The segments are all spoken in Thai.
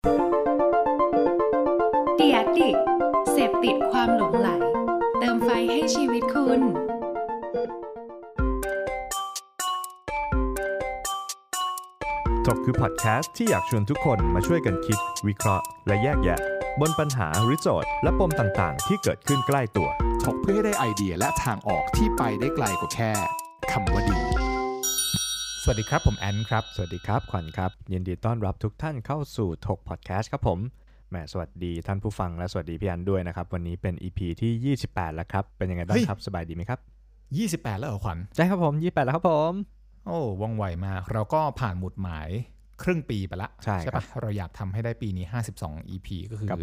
The Addict เสพติดความหลงใหลเติมไฟให้ชีวิตคุณถกคือพอดแคสต์ที่อยากชวนทุกคนมาช่วยกันคิดวิเคราะห์และแยกแยะบนปัญหาหรือโจทย์และปมต่างๆที่เกิดขึ้นใกล้ตัวถกเพื่อให้ได้ไอเดียและทางออกที่ไปได้ไกลกว่าแค่คำว่าดีสวัสดีครับผมแอนครับสวัสดีครับขวัญครับยินดีต้อนรับทุกท่านเข้าสู่ถกพอดแคสต์ครับผมแหมสวัสดีท่านผู้ฟังและสวัสดีพี่อันด้วยนะครับวันนี้เป็น EP ที่28แล้วครับเป็นยังไงบ้างครับสบายดีไหมครับ 28แล้วเหรอขวัญใช่ครับผม28แล้วครับผมโอ้ว่องไวมากเราก็ผ่านหมุดหมายครึ่งปีไปละใช่ปะเราอยากทำให้ได้ปีนี้52 EP ก็คือ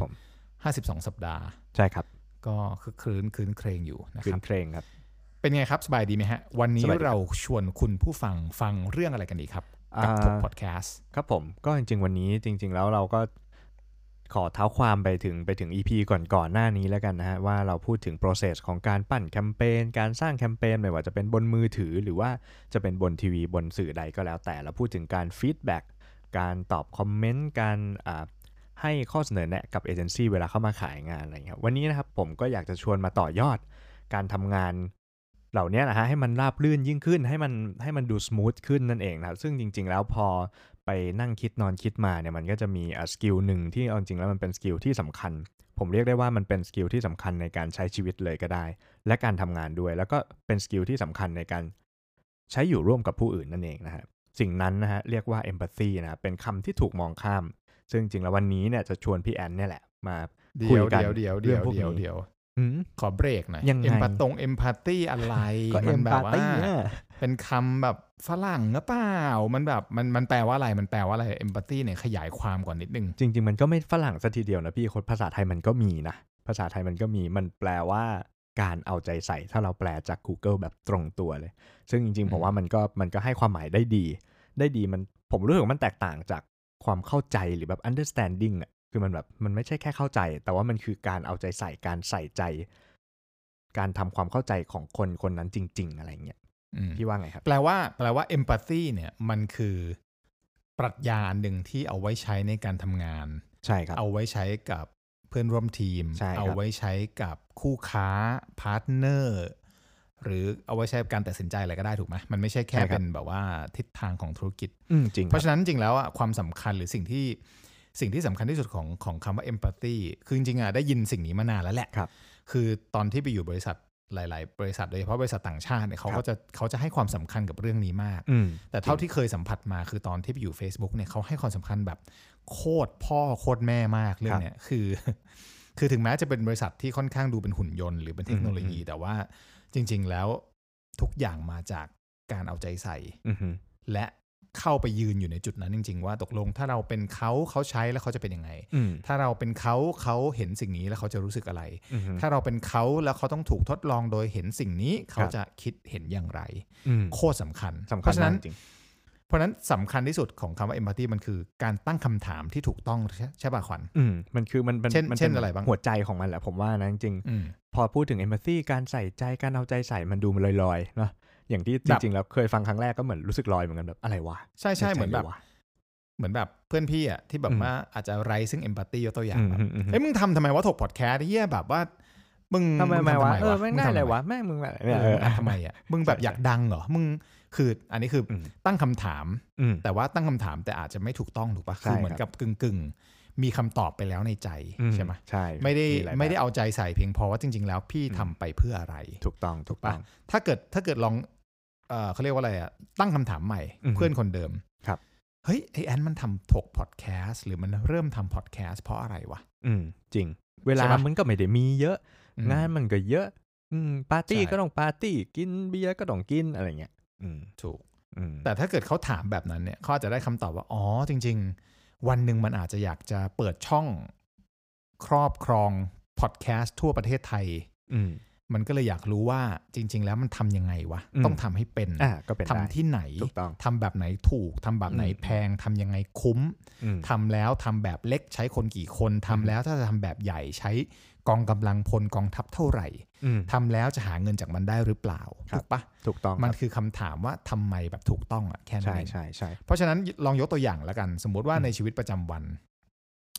52สัปดาห์ใช่ครับก็คือคลื้นเครงอยู่นะครับคลื้นเครงครับเป็นไงครับสบายดีไหมฮะวันนี้เราชวนคุณผู้ฟังเรื่องอะไรกันดีครับกับถกพอดแคสต์ครับผมก็จริงๆวันนี้จริงๆแล้วเราก็ขอเท้าความไปถึง EP ก่อนหน้านี้แล้วกันนะฮะว่าเราพูดถึง process ของการปั้นแคมเปญการสร้างแคมเปญไม่ว่าจะเป็นบนมือถือหรือว่าจะเป็นบนทีวีบนสื่อใดก็แล้วแต่เราพูดถึงการฟีดแบ็กการตอบคอมเมนต์การให้ข้อเสนอแนะกับเอเจนซี่เวลาเข้ามาขายงานอะไรเงี้ยวันนี้นะครับผมก็อยากจะชวนมาต่อยอดการทำงานเหล่านี้นะฮะให้มันราบรื่นยิ่งขึ้นให้มันดูสมูทขึ้นนั่นเองนะซึ่งจริงๆแล้วพอไปนั่งคิดนอนคิดมาเนี่ยมันก็จะมีสกิลหนึ่งที่จริงๆแล้วมันเป็นสกิลที่สำคัญผมเรียกได้ว่ามันเป็นสกิลที่สำคัญในการใช้ชีวิตเลยก็ได้และการทำงานด้วยแล้วก็เป็นสกิลที่สำคัญในการใช้อยู่ร่วมกับผู้อื่นนั่นเองนะฮะสิ่งนั้นนะฮะเรียกว่า empathy นะเป็นคำที่ถูกมองข้ามซึ่งจริงๆแล้ววันนี้เนี่ยจะชวนพี่แอนเนี่ยแหละมาคุยกันเดี๋ยวขอเบรกหน่อยเอมพัตตี้อะไรมันแบบว่าเป็นคำแบบฝรั่งหรือเปล่ามันแบบมันแปลว่าอะไรเอมพัตตี้เนี่ยขยายความก่อนนิดนึงจริงๆมันก็ไม่ฝรั่งซะทีเดียวนะพี่คนภาษาไทยมันก็มีนะภาษาไทยมันก็มีมันแปลว่าการเอาใจใส่ถ้าเราแปลจาก Google แบบตรงตัวเลยซึ่งจริงๆผมว่ามันก็ให้ความหมายได้ดีผมรู้สึกว่ามันแตกต่างจากความเข้าใจหรือแบบ understanding อ่ะคือมันแบบมันไม่ใช่แค่เข้าใจแต่ว่ามันคือการเอาใจใส่การใส่ใจการทำความเข้าใจของคนนั้นจริงๆอะไรเงี้ยพี่ว่าไงครับแปลว่า empathy เนี่ยมันคือปรัชญาหนึ่งที่เอาไว้ใช้ในการทำงานใช่ครับเอาไว้ใช้กับเพื่อนร่วมทีมเอาไว้ใช้กับคู่ค้าพาร์ทเนอร์หรือเอาไว้ใช้กับการตัดสินใจอะไรก็ได้ถูกไหมมันไม่ใช่แค่เป็นแบบว่าทิศทางของธุรกิจจริงเพราะฉะนั้นจริงแล้วความสำคัญหรือสิ่งที่สำคัญที่สุดของคำว่า empathy คือจริงๆได้ยินสิ่งนี้มานานแล้วแหละคือตอนที่ไปอยู่บริษัทหลายๆบริษัทโดยเฉพาะบริษัทต่างชาติเนี่ยเขาจะให้ความสำคัญกับเรื่องนี้มากแต่เท่าที่เคยสัมผัสมาคือตอนที่ไปอยู่ Facebook เนี่ยเขาให้ความสำคัญแบบโคตรพ่อโคตรแม่มากเรื่องเนี้ยคือถึงแม้จะเป็นบริษัทที่ค่อนข้างดูเป็นหุ่นยนต์หรือเป็นเทคโนโลยีแต่ว่าจริงๆแล้วทุกอย่างมาจากการเอาใจใส่และเข้าไปยืนอยู่ในจุดนั้นจริงๆว่าตกลงถ้าเราเป็นเขาใช้แล้วเขาจะเป็นยังไงถ้าเราเป็นเขาเห็นสิ่งนี้แล้วเขาจะรู้สึกอะไรถ้าเราเป็นเขาแล้วเขาต้องถูกทดลองโดยเห็นสิ่งนี้เขาจะคิดเห็นอย่างไรโคตรสำคัญเพราะฉะนั้นสำคัญที่สุดของคำว่า empathy มันคือการตั้งคำถามที่ถูกต้องใช่ป่ะขวัญมันคือมันเช่นอะไรบ้างหัวใจของมันแหละผมว่านะจริงๆพอพูดถึง empathy การใส่ใจการเอาใจใส่มันดูมันลอยๆเนาะอย่างที่จริงๆแล้วเคยฟังครั้งแรกก็เหมือนรู้สึกลอยเหมือนกันแบบอะไรวะใช่ๆเหมือนแบบเพื่อนพี่ที่แบบว่าอาจจะไร้ซึ่ง empathy ยกตัวอย่างเฮ้ยมึงทำไมวะถกพอดแคสต์เหี้ยแบบว่ามึงทำไมวะไม่ได้เลยวะแม่มึงอะไรทำไมมึงแบบอยากดังเหรอมึงคืออันนี้คือตั้งคำถามแต่ว่าตั้งคำถามแต่อาจจะไม่ถูกต้องถูกปะคือเหมือนกับกึ่งมีคำตอบไปแล้วในใจใช่ไหมใช่ไม่ได้เอาใจใส่เพียงพอว่าจริงๆแล้วพี่ทำไปเพื่ออะไรถูกต้องปะถ้าเกิดลองเขาเรียกว่าอะไรตั้งคำถามใหม่เพื่อนคนเดิมครับเฮ้ยไอแอนมันทำถกพอดแคสต์หรือมันเริ่มทำพอดแคสต์เพราะอะไรวะจริงเวลามันก็ไม่ได้มีเยอะงานมันก็เยอะปาร์ตี้ก็ต้องปาร์ตี้กินเบียร์ก็ต้องกินอะไรเงี้ยถูกแต่ถ้าเกิดเขาถามแบบนั้นเนี่ยเขาจะได้คำตอบว่าอ๋อจริงๆวันหนึ่งมันอาจจะอยากจะเปิดช่องครอบครองพอดแคสต์ทั่วประเทศไทยมันก็เลยอยากรู้ว่าจริงๆแล้วมันทำยังไงวะต้องทำให้เป็นทำที่ไหนทำแบบไหนถูกทำแบบไหนแพงทำยังไงคุ้มทำแล้วทำแบบเล็กใช้คนกี่คนทำแล้วถ้าจะทำแบบใหญ่ใช้กองกำลังพลกองทัพเท่าไหร่ทำแล้วจะหาเงินจากมันได้หรือเปล่าถูกปะถูกต้องมันคือคำถามว่าทำไมแบบถูกต้องแค่นั้นเองใช่เพราะฉะนั้นลองยกตัวอย่างแล้วกันสมมติว่าในชีวิตประจำวัน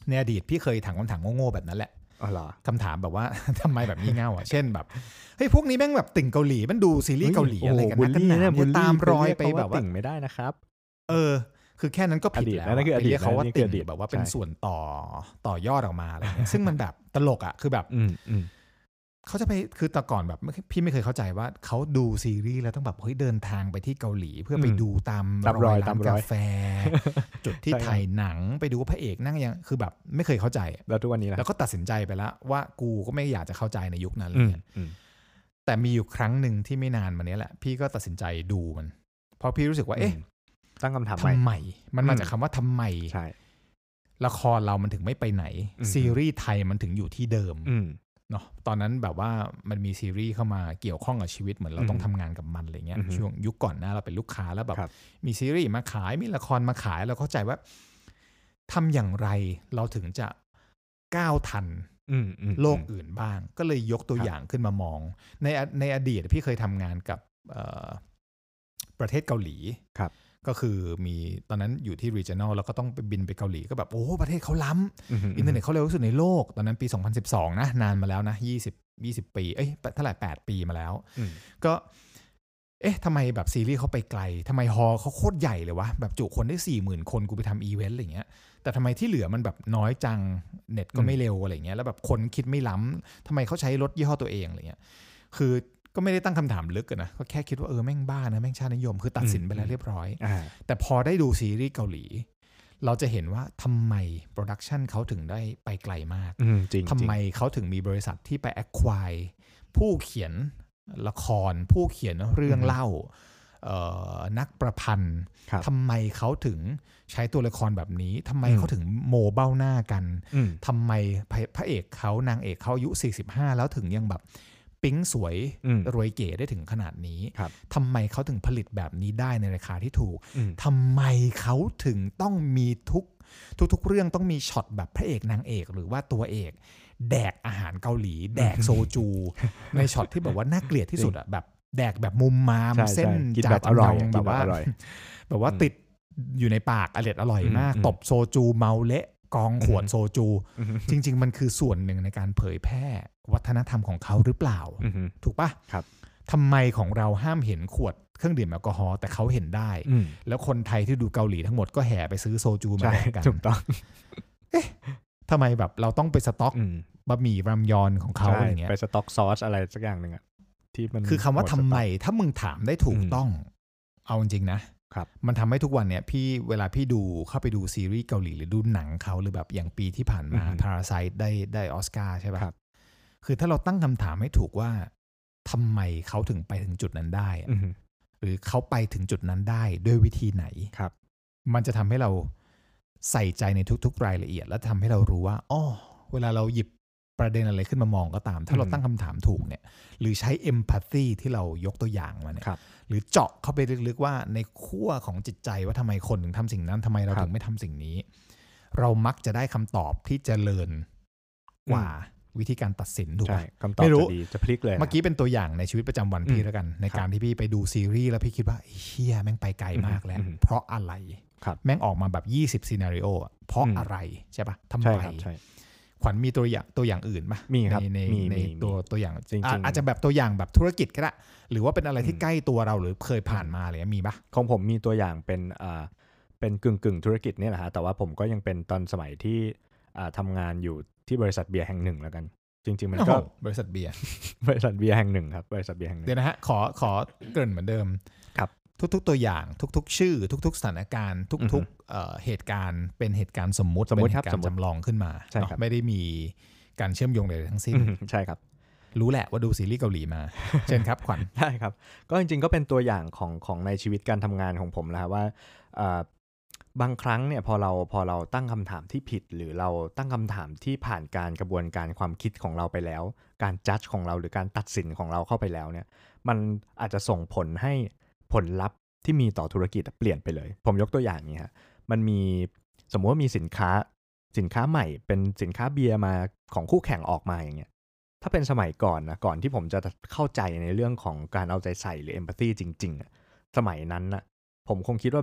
ในอดีตพี่เคยถามคำถามโง่ๆแบบนั้นแหละอ๋อเหรอคำถามแบบว่า ทำไมแบบงี่เง่าอ่ะเช่นแบบเฮ้ยพวกนี้แม่งแบบติ่งเกาหลีมันดูซีรีส์เกาหลีอะไรกันนะกันหนาเนี่ยตามรอยไปแบบว่าติ่งไม่ได้นะครับคือแค่นั้นก็ผิดแล้วนั่นคืออดีตเขาว่าติ่งแบบว่าเป็นส่วนต่อยอดออกมาอะไรเงี้ยซึ่งมันแบบตลกอ่ะคือแบบเขาจะไปคือแต่ก่อนแบบพี่ไม่เคยเข้าใจว่าเขาดูซีรีส์แล้วต้องแบบเฮ้ยเดินทางไปที่เกาหลีเพื่อไปดูตามรอยร้านกาแฟจุดที่ถ่ายหนังไปดูว่าพระเอกนั่งยังคือแบบไม่เคยเข้าใจแล้วทุกวันนี้แล้วก็ตัดสินใจไปแล้วว่ากูก็ไม่อยากจะเข้าใจในยุคนั้นเลยแต่มีอยู่ครั้งหนึ่งที่ไม่นานมานี้แหละพี่ก็ตัดสินใจดูมันเพราะพี่รู้สึกว่าตั้งคำถามทำไมมันมาจากคำว่าทำไมละครเรามันถึงไม่ไปไหนซีรีส์ไทยมันถึงอยู่ที่เดิมเนาะตอนนั้นแบบว่ามันมีซีรีส์เข้ามาเกี่ยวข้องกับชีวิตเหมือนเราต้องทำงานกับมันอะไรเงี้ยช่วงยุคก่อนนะเราเป็นลูกค้าแล้วแบบมีซีรีส์มาขายมีละครมาขายเราเข้าใจว่าทำอย่างไรเราถึงจะก้าวทันโลกอื่นบ้างก็เลยยกตัวอย่างขึ้นมามองในอดีตพี่เคยทำงานกับประเทศเกาหลีก็คือมีตอนนั้นอยู่ที่ regional แล้วก็ต้องไปบินไปเกาหลีก็แบบโอ้ประเทศเขาล้ำอินเทอร์เน็ตเขาเร็วที่สุดในโลกตอนนั้นปี2012นะนานมาแล้วนะ20ปีเท่าไหร่8ปีมาแล้วก็ทำไมแบบซีรีส์เขาไปไกลทำไมฮอเขาโคตรใหญ่เลยวะแบบจุคนได้ 40,000 คนกูไปทำอีเวนต์อะไรเงี้ยแต่ทำไมที่เหลือมันแบบน้อยจังเน็ตก็ไม่เร็วอะไรเงี้ยแล้วแบบคนคิดไม่ล้ำทำไมเขาใช้รถยี่ห้อตัวเองอะไรเงี้ยคือก็ไม่ได้ตั้งคำถามลึกกันนะก็แค่คิดว่าแม่งบ้านะแม่งชาตินิยมคือตัดสินไปแล้วเรียบร้อยแต่พอได้ดูซีรีส์เกาหลีเราจะเห็นว่าทำไมโปรดักชันเขาถึงได้ไปไกลมากทำไมเขาถึงมีบริษัทที่ไปแอคควายผู้เขียนละครผู้เขียนเรื่องเล่านักประพันธ์ทำไมเขาถึงใช้ตัวละครแบบนี้ทำไมเขาถึงโมเบ้าหน้ากันทำไมพระเอกเขานางเอกเขาอายุ45แล้วถึงยังแบบปิ๊งสวยรวยเก๋ได้ถึงขนาดนี้ทำไมเขาถึงผลิตแบบนี้ได้ในราคาที่ถูกทำไมเขาถึงต้องมีทุกเรื่องต้องมีช็อตแบบพระเอกนางเอกหรือว่าตัวเอกแดกอาหารเกาหลีแดกโซจูในช็อตที่แบบว่าน่าเกลียดที่สุดอะแบบแดกแบบมุมมามเส้นจ่าจำลองแบบว่าติดอยู่ในปากอร่อยมากตบโซจูเมาเละกองขวดโซจูจริงๆมันคือส่วนหนึ่งในการเผยแพร่วัฒนธรรมของเขาหรือเปล่าถูกปะทำไมของเราห้ามเห็นขวดเครื่องดื่มแอลกอฮอล์แต่เขาเห็นได้แล้วคนไทยที่ดูเกาหลีทั้งหมดก็แห่ไปซื้อโซจูมาแดกกันถูกต้องทำไมแบบเราต้องไปสต็อกบะหมี่รามยอนของเขาอะไรเงี้ยไปสต็อกซอสอะไรสักอย่างหนึ่งอะที่มันคือคำว่าทำไมถ้ามึงถามได้ถูกต้องเอาจริงนะมันทำให้ทุกวันเนี่ยเวลาพี่ดูเข้าไปดูซีรีส์เกาหลีหรือดูหนังเขาหรือแบบอย่างปีที่ผ่านมา Parasite ได้ออสการ์ใช่ป่ะคือถ้าเราตั้งคำถามให้ถูกว่าทำไมเขาถึงไปถึงจุดนั้นได้หรือเขาไปถึงจุดนั้นได้ด้วยวิธีไหนมันจะทำให้เราใส่ใจในทุกๆรายละเอียดและทำให้เรารู้ว่าเวลาเราหยิบประเด็นอะไรขึ้นมามองก็ตามถ้าเราตั้งคำถามถูกเนี่ยหรือใช้เอมพัตตีที่เรายกตัวอย่างมาเนี่ยหรือเจาะเข้าไปลึกๆว่าในขั้วของจิตใจว่าทำไมคนถึงทำสิ่งนั้นทำไมเราถึงไม่ทำสิ่งนี้เรามักจะได้คำตอบที่เจริญกว่าวิธีการตัดสินถูกไหมไม่รู้จะพลิกเลยเมื่อกี้เป็นตัวอย่างในชีวิตประจำวันพี่แล้วกันในการที่พี่ไปดูซีรีส์แล้วพี่คิดว่าเฮียแม่งไปไกลมากแล้วเพราะอะไรแม่งออกมาแบบ20ซีนาริโอเพราะอะไรใช่ปะทำไมขวัญมีตัวอย่างอื่นป่ะมีครับในตัวอย่างจริงๆอาจจะแบบตัวอย่างแบบธุรกิจก็ได้หรือว่าเป็นอะไรที่ใกล้ตัวเราหรือเคยผ่านมาอะไรมีป่ะของผมมีตัวอย่างเป็นกึ่งธุรกิจนี่แหละฮะแต่ว่าผมก็ยังเป็นตอนสมัยที่ทำงานอยู่ที่บริษัทเบียร์แห่งหนึ่งแล้วกันจริงๆมันก็บริษัทเบียร์แห่งหนึ่งครับบริษัทเบียร์แห่งหนึ่งเดี๋ยวนะฮะขอเกริ่นเหมือนเดิมครับทุกตัวอย่างทุกชื่อทุกสถานการณ์ทุกเหตุการณ์เป็นเหตุการณ์สมมุติเป็นเหตุการณ์จำลองขึ้นมาไม่ได้มีการเชื่อมโยงใดทั้งสิ้นใช่ครับรู้แหละว่าดูซีรีส์เกาหลีมาเช่นครับขวัญได้ครับก็จริงๆก็เป็นตัวอย่างของในชีวิตการทำงานของผมแล้วว่าบางครั้งเนี่ยพอเราตั้งคำถามที่ผิดหรือเราตั้งคำถามที่ผ่านการกระบวนการความคิดของเราไปแล้วการจัดของเราหรือการตัดสินของเราเข้าไปแล้วเนี่ยมันอาจจะส่งผลให้ผลลัพธ์ที่มีต่อธุรกิจเปลี่ยนไปเลยผมยกตัวอย่างนี้ฮะมันมีสมมติว่ามีสินค้าใหม่เป็นสินค้าเบียร์มาของคู่แข่งออกมาอย่างเงี้ยถ้าเป็นสมัยก่อนนะก่อนที่ผมจะเข้าใจในเรื่องของการเอาใจใส่หรือเอมพัตตีจริงๆสมัยนั้นนะผมคงคิดว่าแบบ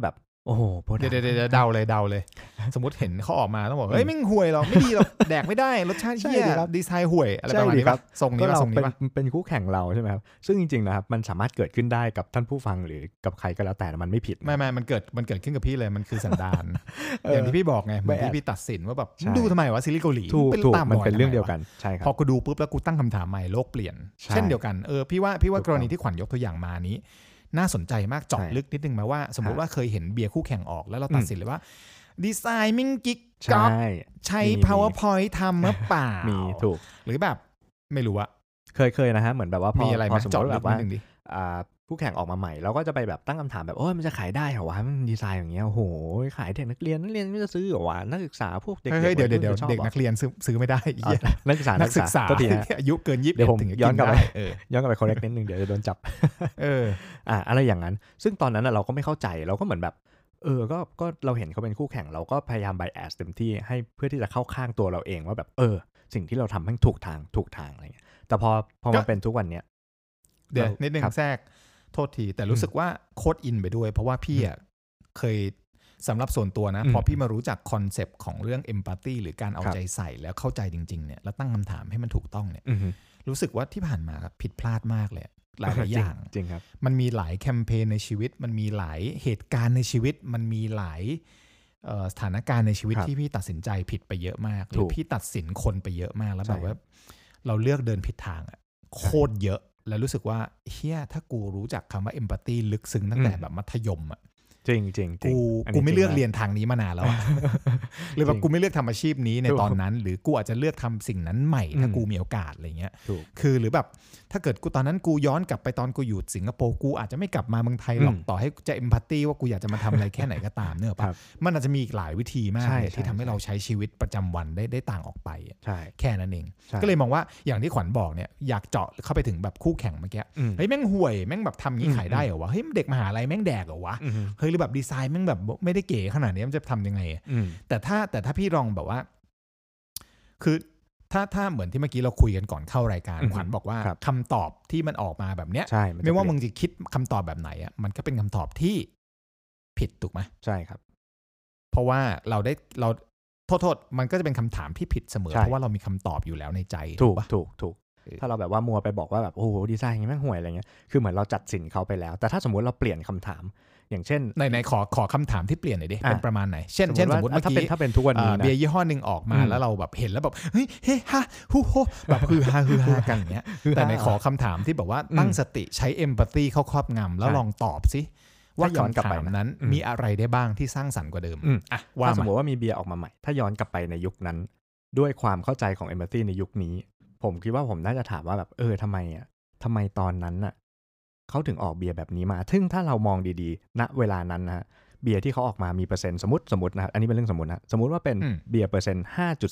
โอ้โหเดี๋ยวเดาเลยสมมติเห็นเขาออกมาต้องบอกเฮ้ยไม่ห่วยหรอกไม่ดีหรอกแดกไม่ได้รสชาติเหี้ยดีไซน์ห่วยอะไรประมาณนี้ป่ะทรงนี้ป่ะเป็นคู่แข่งเราใช่ไหมครับซึ่งจริงๆนะครับมันสามารถเกิดขึ้นได้กับท่านผู้ฟังหรือกับใครก็แล้วแต่มันไม่ผิดไม่มันเกิดขึ้นกับพี่เลยมันคือสันดานอย่างที่พี่บอกไงเหมือนที่พี่ตัดสินว่าแบบดูทำไมวะซีรีส์เกาหลีถูกมันเป็นเรื่องเดียวกันใช่ครับพอกูดูปุ๊บแล้วกูตั้งคำถามใหม่โลกเปลี่ยนเช่นเดียวกันพี่ว่ากรณีที่ขวัญยกตัวอย่างมานี้น่าสนใจมากเจาะลึกนิดนึงมาว่าสมมติว่าเคยเห็นเบียร์คู่แข่งออกแล้วเราตัดสินเลยว่าดีไซน์มิ่งกิ๊กก๊อกใช้ PowerPoint ทำหรือเปล่ามีถูกหรือแบบไม่รู้อะเคยนะฮะเหมือนแบบว่าพอสมมติแบบว่าผู้แข่งออกมาใหม่เราก็จะไปแบบตั้งคำถามแบบโอ้ยมันจะขายได้เหรอวะมันดีไซน์อย่างเงี้ยโอ้โหขายเด็กนักเรียนไม่จะซื้อเหรอวะนักศึกษาพวกเด็กเดี๋ยวเด็กนักเรียนซื้อไม่ได้นักศึกษาอายุเกิน20 เดี๋ยวผมย้อนกลับไป correct นิดนึงเดี๋ยวจะโดนจับอะไรอย่างนั้นซึ่งตอนนั้นเราก็ไม่เข้าใจเราก็เหมือนแบบก็เราเห็นเขาเป็นคู่แข่งเราก็พยายาม bias เต็มที่ให้เพื่อที่จะเข้าข้างตัวเราเองว่าแบบสิ่งที่เราทำให้ถูกทางอะไรเงี้ยแต่พอมันเป็นทุกวันเนี้ยเดี๋ยวนิดนึงแทรกโทษทีแต่รู้สึกว่าโคตรอินไปด้วยเพราะว่าพี่เคยสำหรับส่วนตัวนะพอพี่มารู้จักคอนเซปต์ของเรื่อง empathy หรือการเอาใจใส่แล้วเข้าใจจริงๆเนี่ยแล้วตั้งคำถามให้มันถูกต้องเนี่ยรู้สึกว่าที่ผ่านมาผิดพลาดมากเลยหลายอย่างจริงครับมันมีหลายแคมเปญในชีวิตมันมีหลายเหตุการณ์ในชีวิตมันมีหลายสถานการณ์ในชีวิตที่พี่ตัดสินใจผิดไปเยอะมากหรือพี่ตัดสินคนไปเยอะมากแล้วแบบว่าเราเลือกเดินผิดทางโคตรเยอะแล้วรู้สึกว่าเฮียถ้ากูรู้จักคำว่า empathy ลึกซึ้งตั้งแต่แบบมัธยมจริงกูไม่เลือกเรียนทางนี้มานานแล้วหรือแบบกูไม่เลือกทำอาชีพนี้ในตอนนั้นหรือกูอาจจะเลือกทำสิ่งนั้นใหม่ถ้ากูมีโอกาสอะไรเงี้ยคือหรือแบบถ้าเกิดกูตอนนั้นกูย้อนกลับไปตอนกูอยู่สิงคโปร์กูอาจจะไม่กลับมาเมืองไทยหรอกต่อให้จะ empathy ว่ากูอยากจะมาทำอะไรแค่ไหนก็ตามเนี่ยป่ะมันอาจจะมีอีกหลายวิธีมากที่ทำให้เราใช้ชีวิตประจำวันได้ต่างออกไปแค่นั้นเองก็เลยมองว่าอย่างที่ขวัญบอกเนี่ยอยากเจาะเข้าไปถึงแบบคู่แข่งเมื่อกี้เฮ้ยแม่งห่วยแม่งแบบทำงี้ขายได้เหรอวะเฮ้ยเด็กมหาลัยแม่งแดกเหรอวะเฮ้ยหรือแบบดีไซน์แม่งแบบไม่ได้เก๋ขนาดนี้มันจะทำยังไงแต่ถ้าพี่ลองแบบว่าคือถ้าเหมือนที่เมื่อกี้เราคุยกันก่อนเข้ารายการขวัญบอกว่าคำตอบที่มันออกมาแบบเนี้ยไม่ว่ามึงจะคิดคำตอบแบบไหนมันก็เป็นคำตอบที่ผิดถูกไหมใช่ครับเพราะว่าเราโทษมันก็จะเป็นคำถามที่ผิดเสมอเพราะว่าเรามีคำตอบอยู่แล้วในใจถูกถ้าเราแบบว่ามัวไปบอกว่าแบบโอ้โหดีไซน์อย่างนี้แม่งห่วยอะไรเงี้ยคือเหมือนเราจัดสินเขาไปแล้วแต่ถ้าสมมติเราเปลี่ยนคำถามอย่างเช่นในขอคำถามที่เปลี่ยนหน่อยดิเป็นประมาณไหนเช่นสมมติเมื่อกี้ถ้าเป็นทุกวันนี้นะเบียร์ยี่ห้อนึงออกมาแล้วเราแบบเห็นแล้วแบบเฮ้ยเฮ้ฮะฮูโฮแบบฮือฮากันอย่างเงี้ยแต่ในขอคำถามที่บอกว่าตั้งสติใช้เอมพัตตีเข้าครอบงำแล้วลองตอบสิว่าคำถามนั้นมีอะไรได้บ้างที่สร้างสรรค์กว่าเดิมถ้าสมมติว่ามีเบียร์ออกมาใหม่ถ้าย้อนกลับไปในยุคนั้นด้วยความเข้าใจของเอมพัตตีในยุคนี้ผมคิดว่าผมน่าจะถามว่าแบบทำไมตอนนั้นน่ะเขาถึงออกเบียร์แบบนี้มาซึ่งถ้าเรามองดีๆณเวลานั้นนะเบียร์ที่เขาออกมามีเปอร์เซ็นต์สมมตินะอันนี้เป็นเรื่องสมมตินะสมมติว่าเป็นเบียร์เปอร์เซ็นต์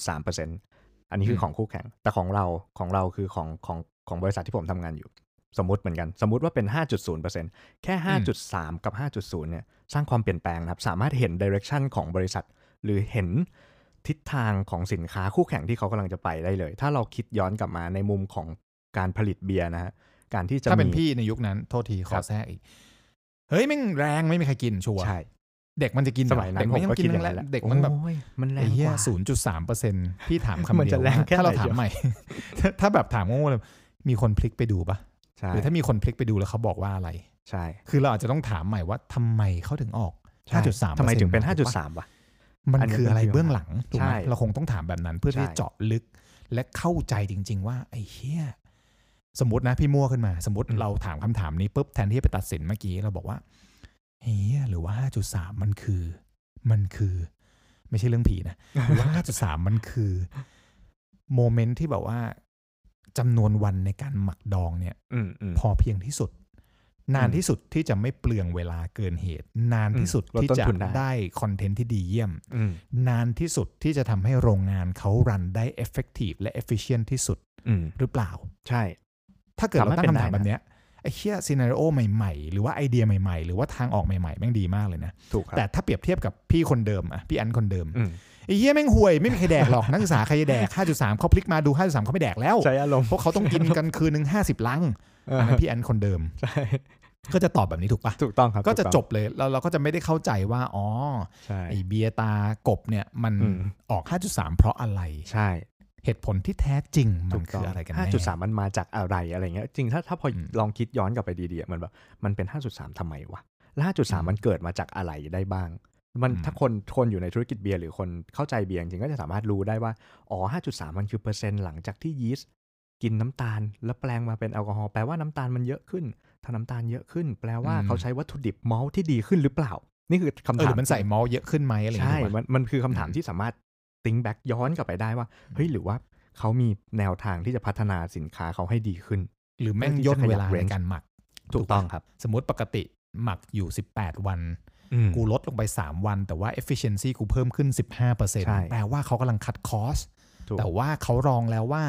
5.3% อันนี้คือของคู่แข่งแต่ของเราคือของบริษัทที่ผมทำงานอยู่สมมติเหมือนกันสมมติว่าเป็น 5.0% แค่ 5.3 กับ 5.0 เนี่ยสร้างความเปลี่ยนแปลงนะครับสามารถเห็น direction ของบริษัทหรือเห็นทิศทางของสินค้าคู่แข่งที่เขากำลังจะไปได้เลยถ้าเราคิดย้อนกลับมาในมุมของการผลิตเบียร์นะฮะการที่จะถ้าเป็นพี่ในยุคนั้นโทษทีขอแทรกอีกเฮ้ยแม่งแรงไม่มีใครกินชัวร์เด็กมันจะกินสมัยนั้นผมก็คิดอย่างนั้นแหละเด็กมันแบบมันแรงกว่า 0.3% พี่ถามคำเดียวถ้าเราถามใหม่ถ้าแบบถามโง่เลยมีคนพลิกไปดูปะหรือถ้ามีคนพลิกไปดูแล้วเขาบอกว่าอะไรใช่คือเราอาจจะต้องถามใหม่ว่าทำไมเขาถึงออก 5.3% ทำไมถึงเป็น 5.3 วะมันคืออะไรเบื้องหลังถูกไหมเราคงต้องถามแบบนั้นเพื่อที่เจาะลึกและเข้าใจจริงๆว่าไอ้เหี้ยสมมตินะพี่มั่วขึ้นมาสมมติเราถามคำถามนี้ปุ๊บแทนที่จะไปตัดสินเมื่อกี้เราบอกว่าเฮ้ยหรือว่า 5.3 มันคือไม่ใช่เรื่องผีนะหรือว่า 5.3 มันคือโมเมนต์ที่แบบว่าจำนวนวันในการหมักดองเนี่ยพอเพียงที่สุดนานที่สุดที่จะไม่เปลืองเวลาเกินเหตุนานที่สุดที่จะได้คอนเทนต์ที่ดีเยี่ยมนานที่สุดที่จะทำให้โรงงานเขารันได้ effective และ efficient ที่สุดหรือเปล่าใช่ถ้าเกิดเราตั้งคำถามแบบนี้ไอ้เชี่ยซีนาริโอใหม่ๆหรือว่าไอเดียใหม่ๆหรือว่าทางออกใหม่ๆแม่งดีมากเลยนะแต่ถ้าเปรียบเทียบกับพี่คนเดิมพี่อันคนเดิมไอ้เหี้ยแม่งห่วยไม่มีใครแดกหรอกนักศึกษาใครจะแดก 5.3 เขาพลิกมาดู 5.3 เขาไม่แดกแล้วใช่อารมณ์เพราะเขาต้องกินกันคืนนึง50 ลังอันนั้นพี่อันคนเดิมใช่ก็จะตอบแบบนี้ถูกปะถูกต้องครับก็จะจบเลยเราก็จะไม่ได้เข้าใจว่าอ๋อไอเบียร์ตากบเนี่ยมันออก 5.3 เพราะอะไรใช่เหตุผลที่แท้จริงมันคืออะไรกันแน่ 5.3 มันมาจากอะไรอะไรเงี้ยจริงถ้าพอลองคิดย้อนกลับไปดีๆมันแบบมันเป็น 5.3 ทำไมวะแล้ว 5.3 มันเกิดมาจากอะไรได้บ้างมันถ้าคนอยู่ในธุรกิจเบียร์หรือคนเข้าใจเบียร์จริงก็จะสามารถรู้ได้ว่าอ๋อ 5.3 มันคือเปอร์เซ็นต์หลังจากที่ยีสต์กินน้ำตาลแล้วแปลงมาเป็นแอลกอฮอล์แปลว่าน้ำตาลมันเยอะขึ้นถ้าน้ำตาลเยอะขึ้นแปลว่าเขาใช้วัตถุดิบมอลต์ที่ดีขึ้นหรือเปล่านี่คือคำถามหรือมันใส่มอลต์เยอะขึ้นไหมอะไรอย่างเงี้ยใช่มันคือคำถามที่สามารถ think back ย้อนกลับไปได้ว่าเฮ้ยหรือว่าเขามีแนวทางที่จะพัฒนาสินค้าเขาให้ดีขึ้นหรือแม่งย่นเวลาในการหมักถูกต้องครับสมมติปกติหมักอยู่18วันกูลดลงไป3วันแต่ว่า efficiency กูเพิ่มขึ้น 15% แปลว่าเขากำลังคัดคอสแต่ว่าเขารองแล้วว่า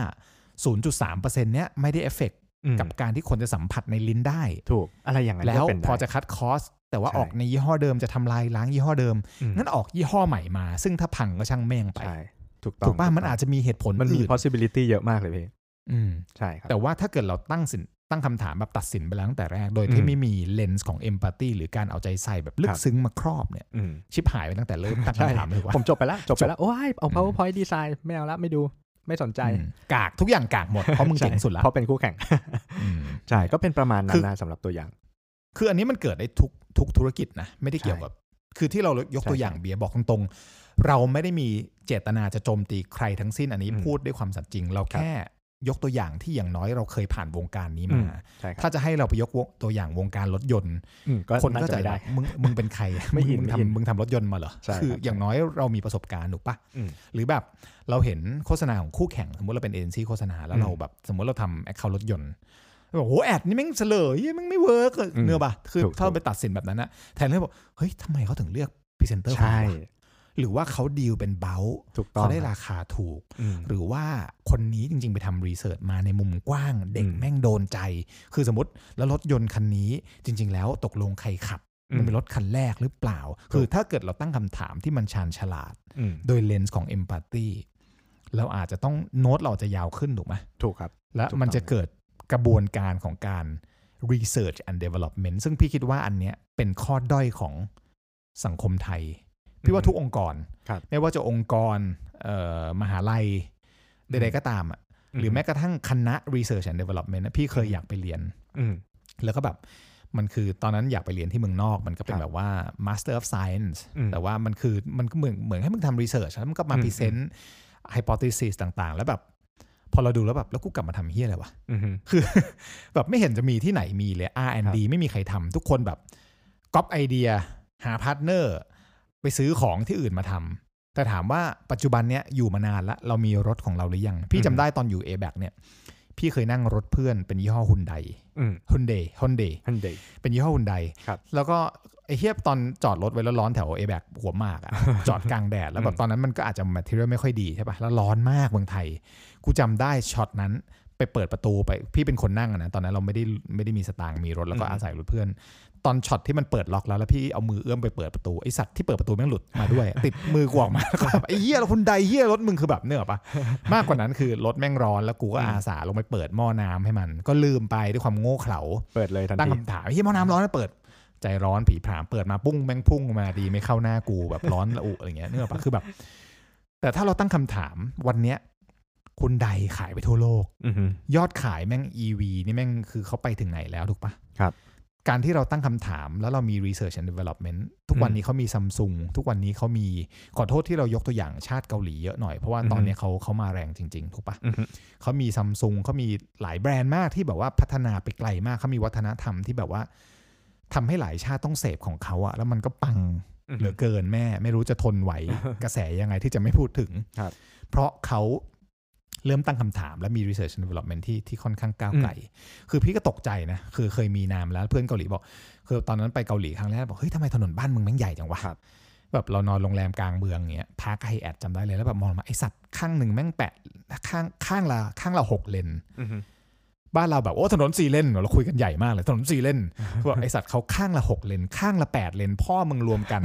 0.3% เนี้ยไม่ได้เอฟเฟกต์กับการที่คนจะสัมผัสในลิ้นได้ถูกอะไรอย่างนั้นแล้วพอจะคัดคอสแต่ว่าออกในยี่ห้อเดิมจะทำลายล้างยี่ห้อเดิมงั้นออกยี่ห้อใหม่มาซึ่งถ้าพังก็ช่างแม่งไปถูกป่ะมันอาจจะมีเหตุผลมันมี possibility เยอะมากเลยพี่ใช่ครับแต่ว่าถ้าเกิดเราตั้งคำถามแบบตัดสินไปแล้วตั้งแต่แรกโดยที่ไม่มีเลนส์ของ empathy หรือการเอาใจใส่แบบลึกซึ้งมาครอบเนี่ยชิบหายไปตั้งแต่เริ่มตั้งคำถามเลยว่าผมจบไปแล้วโอ้ยเอา PowerPoint Design ไม่เอาละไม่ดูไม่สนใจกากทุกอย่างกากหมดเพราะมึงเก่งสุดแล้วเพราะเป็นคู่แข่งใช่ก็เป็นประมาณนั้นนะสำหรับตัวอย่างคืออันนี้มันเกิดได้ทุกธุรกิจนะไม่ได้เกี่ยวกับคือที่เรายกตัวอย่างเบียร์บอกตรงๆเราไม่ได้มีเจตนาจะโจมตีใครทั้งสิ้นอันนี้พูดด้วยความสัตย์จริงเราแค่ยกตัวอย่างที่อย่างน้อยเราเคยผ่านวงการนี้มาถ้าจะให้เราไปยกตัวอย่างวงการรถยนต์คนก็จะได้มึงเป็นใครมึงทำรถยนต์มาเหรอคืออย่างน้อยเรามีประสบการณ์ถูกปะหรือแบบเราเห็นโฆษณาของคู่แข่งสมมติเราเป็นเอเจนซี่โฆษณาแล้วเราแบบสมมติเราทำแอคเคาท์รถยนต์บอกโหแอดนี่แม่งเฉลยแม่งไม่เวิร์กเนื้อปะคือถ้าเราไปตัดสินแบบนั้นนะแทนที่บอกเฮ้ยทำไมเขาถึงเลือกพรีเซนเตอร์ของเราหรือว่าเขาดีลเป็นเบลเขาได้ราคาถูกหรือว่าคนนี้จริงๆไปทำรีเสิร์ชมาในมุมกว้างเด็กแม่งโดนใจคือสมมติแล้วรถยนต์คันนี้จริงๆแล้วตกลงใครขับมันเป็นรถคันแรกหรือเปล่าคือถ้าเกิดเราตั้งคำถามที่มันชาญฉลาดโดยเลนส์ของ empathy เราอาจจะต้องโน้ตเราจะยาวขึ้นถูกไหมถูกครับแล้วมันจะเกิดกระบวนการของการ research and development ซึ่งพี่คิดว่าอันเนี้ยเป็นข้อด้อยของสังคมไทยพี่ว่าทุกองค์กรไม่ว่าจะองค์กรมหาลัยใดๆก็ตามอ่ะหรือแม้กระทั่งคณะ research and development นะพี่เคยอยากไปเรียนแล้วก็แบบมันคือตอนนั้นอยากไปเรียนที่เมืองนอกมันก็เป็นแบบว่า master of science แต่ว่ามันก็เหมือนให้มึงทำ research แล้วมันก็มา present hypothesis ต่างๆแล้วแบบพอเราดูแล้วแบบแล้วกูกลับมาทำเฮี้ยอะไรวะคือแบบไม่เห็นจะมีที่ไหนมีเลย R&D ไม่มีใครทำทุกคนแบบก๊อปไอเดียหาพาร์ทเนอร์ไปซื้อของที่อื่นมาทำแต่ถามว่าปัจจุบันเนี้ยอยู่มานานแล้วเรามีรถของเราหรือยังพี่จำได้ตอนอยู่ A-Back เนี่ยพี่เคยนั่งรถเพื่อนเป็นยี่ห้อฮุนไดฮุนเดย์เป็นยี่ห้อฮุนไดแล้วก็ไอ้เฮียตอนจอดรถไว้แล้วร้อนแถว A-Back หัวหมากอ่ะ จอดกลางแดดแล้วแบบตอนนั้นมันก็อาจจะ material ไม่ค่อยดีใช่ป่ะแล้วร้อนมากเมืองไทยกูจำได้ช็อตนั้นไปเปิดประตูไปพี่เป็นคนนั่งนะตอนนั้นเราไม่ได้มีสตางค์มีรถแล้วก็อาศัยรถเพื่อนตอนช็อตที่มันเปิดล็อกแล้วพี่เอามือเอื้อมไปเปิดประตูไอสัตว์ที่เปิดประตูแม่งหลุดมาด้วย ติดมือกูออกมาแล้วก็ไอ้เหี้ยแล้วคนใดเหี้ยรถมึงคือแบบเนื้อปะมากกว่านั้นคือรถแม่งร้อนแล้วกูก็อาสาลงไปเปิดหม้อน้ำให้มันก็ลืมไปด้วยความโง่เขลาเปิดเลยทันทีตั้งคำถามไอ้เหี้ยหม้อน้ำร้อนแล้วเปิดใจร้อนผีผามเปิดมาปุ้งแม่งพุ่งมาดีไม่เข้าหน้ากูแบบร้อนละอุอะไรเงี้ยเนื้อปะคือแบบแต่ถ้าเราตั้งคำถามวันเนี้ยคุณใดขายไปทั่วโลกยอดขายแม่ง EV นี่แม่งคือเขาไปถึงไหนแล้วถูกปะครับการที่เราตั้งคำถามแล้วเรามี research and development ทุกวันนี้เขามี Samsung ทุกวันนี้เขามีขอโทษที่เรายกตัวอย่างชาติเกาหลีเยอะหน่อยเพราะว่าตอนนี้เขามาแรงจริงๆถูกปะเขามี Samsung เขามีหลายแบรนด์มากที่แบบว่าพัฒนาไปไกลมากเขามีวัฒนธรรมที่แบบว่าทำให้หลายชาติต้องเสพของเขาอะแล้วมันก็ปังเหลือเกินแม่ไม่รู้จะทนไหว กระแสยังไงที่จะไม่พูดถึงเพราะเขาเริ่มตั้งคำถามและมี research and development ที่ค่อนข้างก้าวไกลคือพี่ก็ตกใจนะคือเคยมีนามแล้วเพื่อนเกาหลีบอกคือตอนนั้นไปเกาหลีครั้งแรกบอกเฮ้ยทำไมถนนบ้านมึงแม่งใหญ่จังวะแบบเรานอนโรงแรมกลางเมืองเงี้ยพาร์คไฮแอทจำได้เลยแล้วแบบมองมาไอสัตว์ข้างหนึ่งแม่งแปะข้างละ6 เลนบ้านเราแบบโอ้ถนน4เลนเราคุยกันใหญ่มากเลยถนน4เลนว่าไอสัตว์เขาข้างละ6เลนข้างละ8เลนพ่อมึงรวมกัน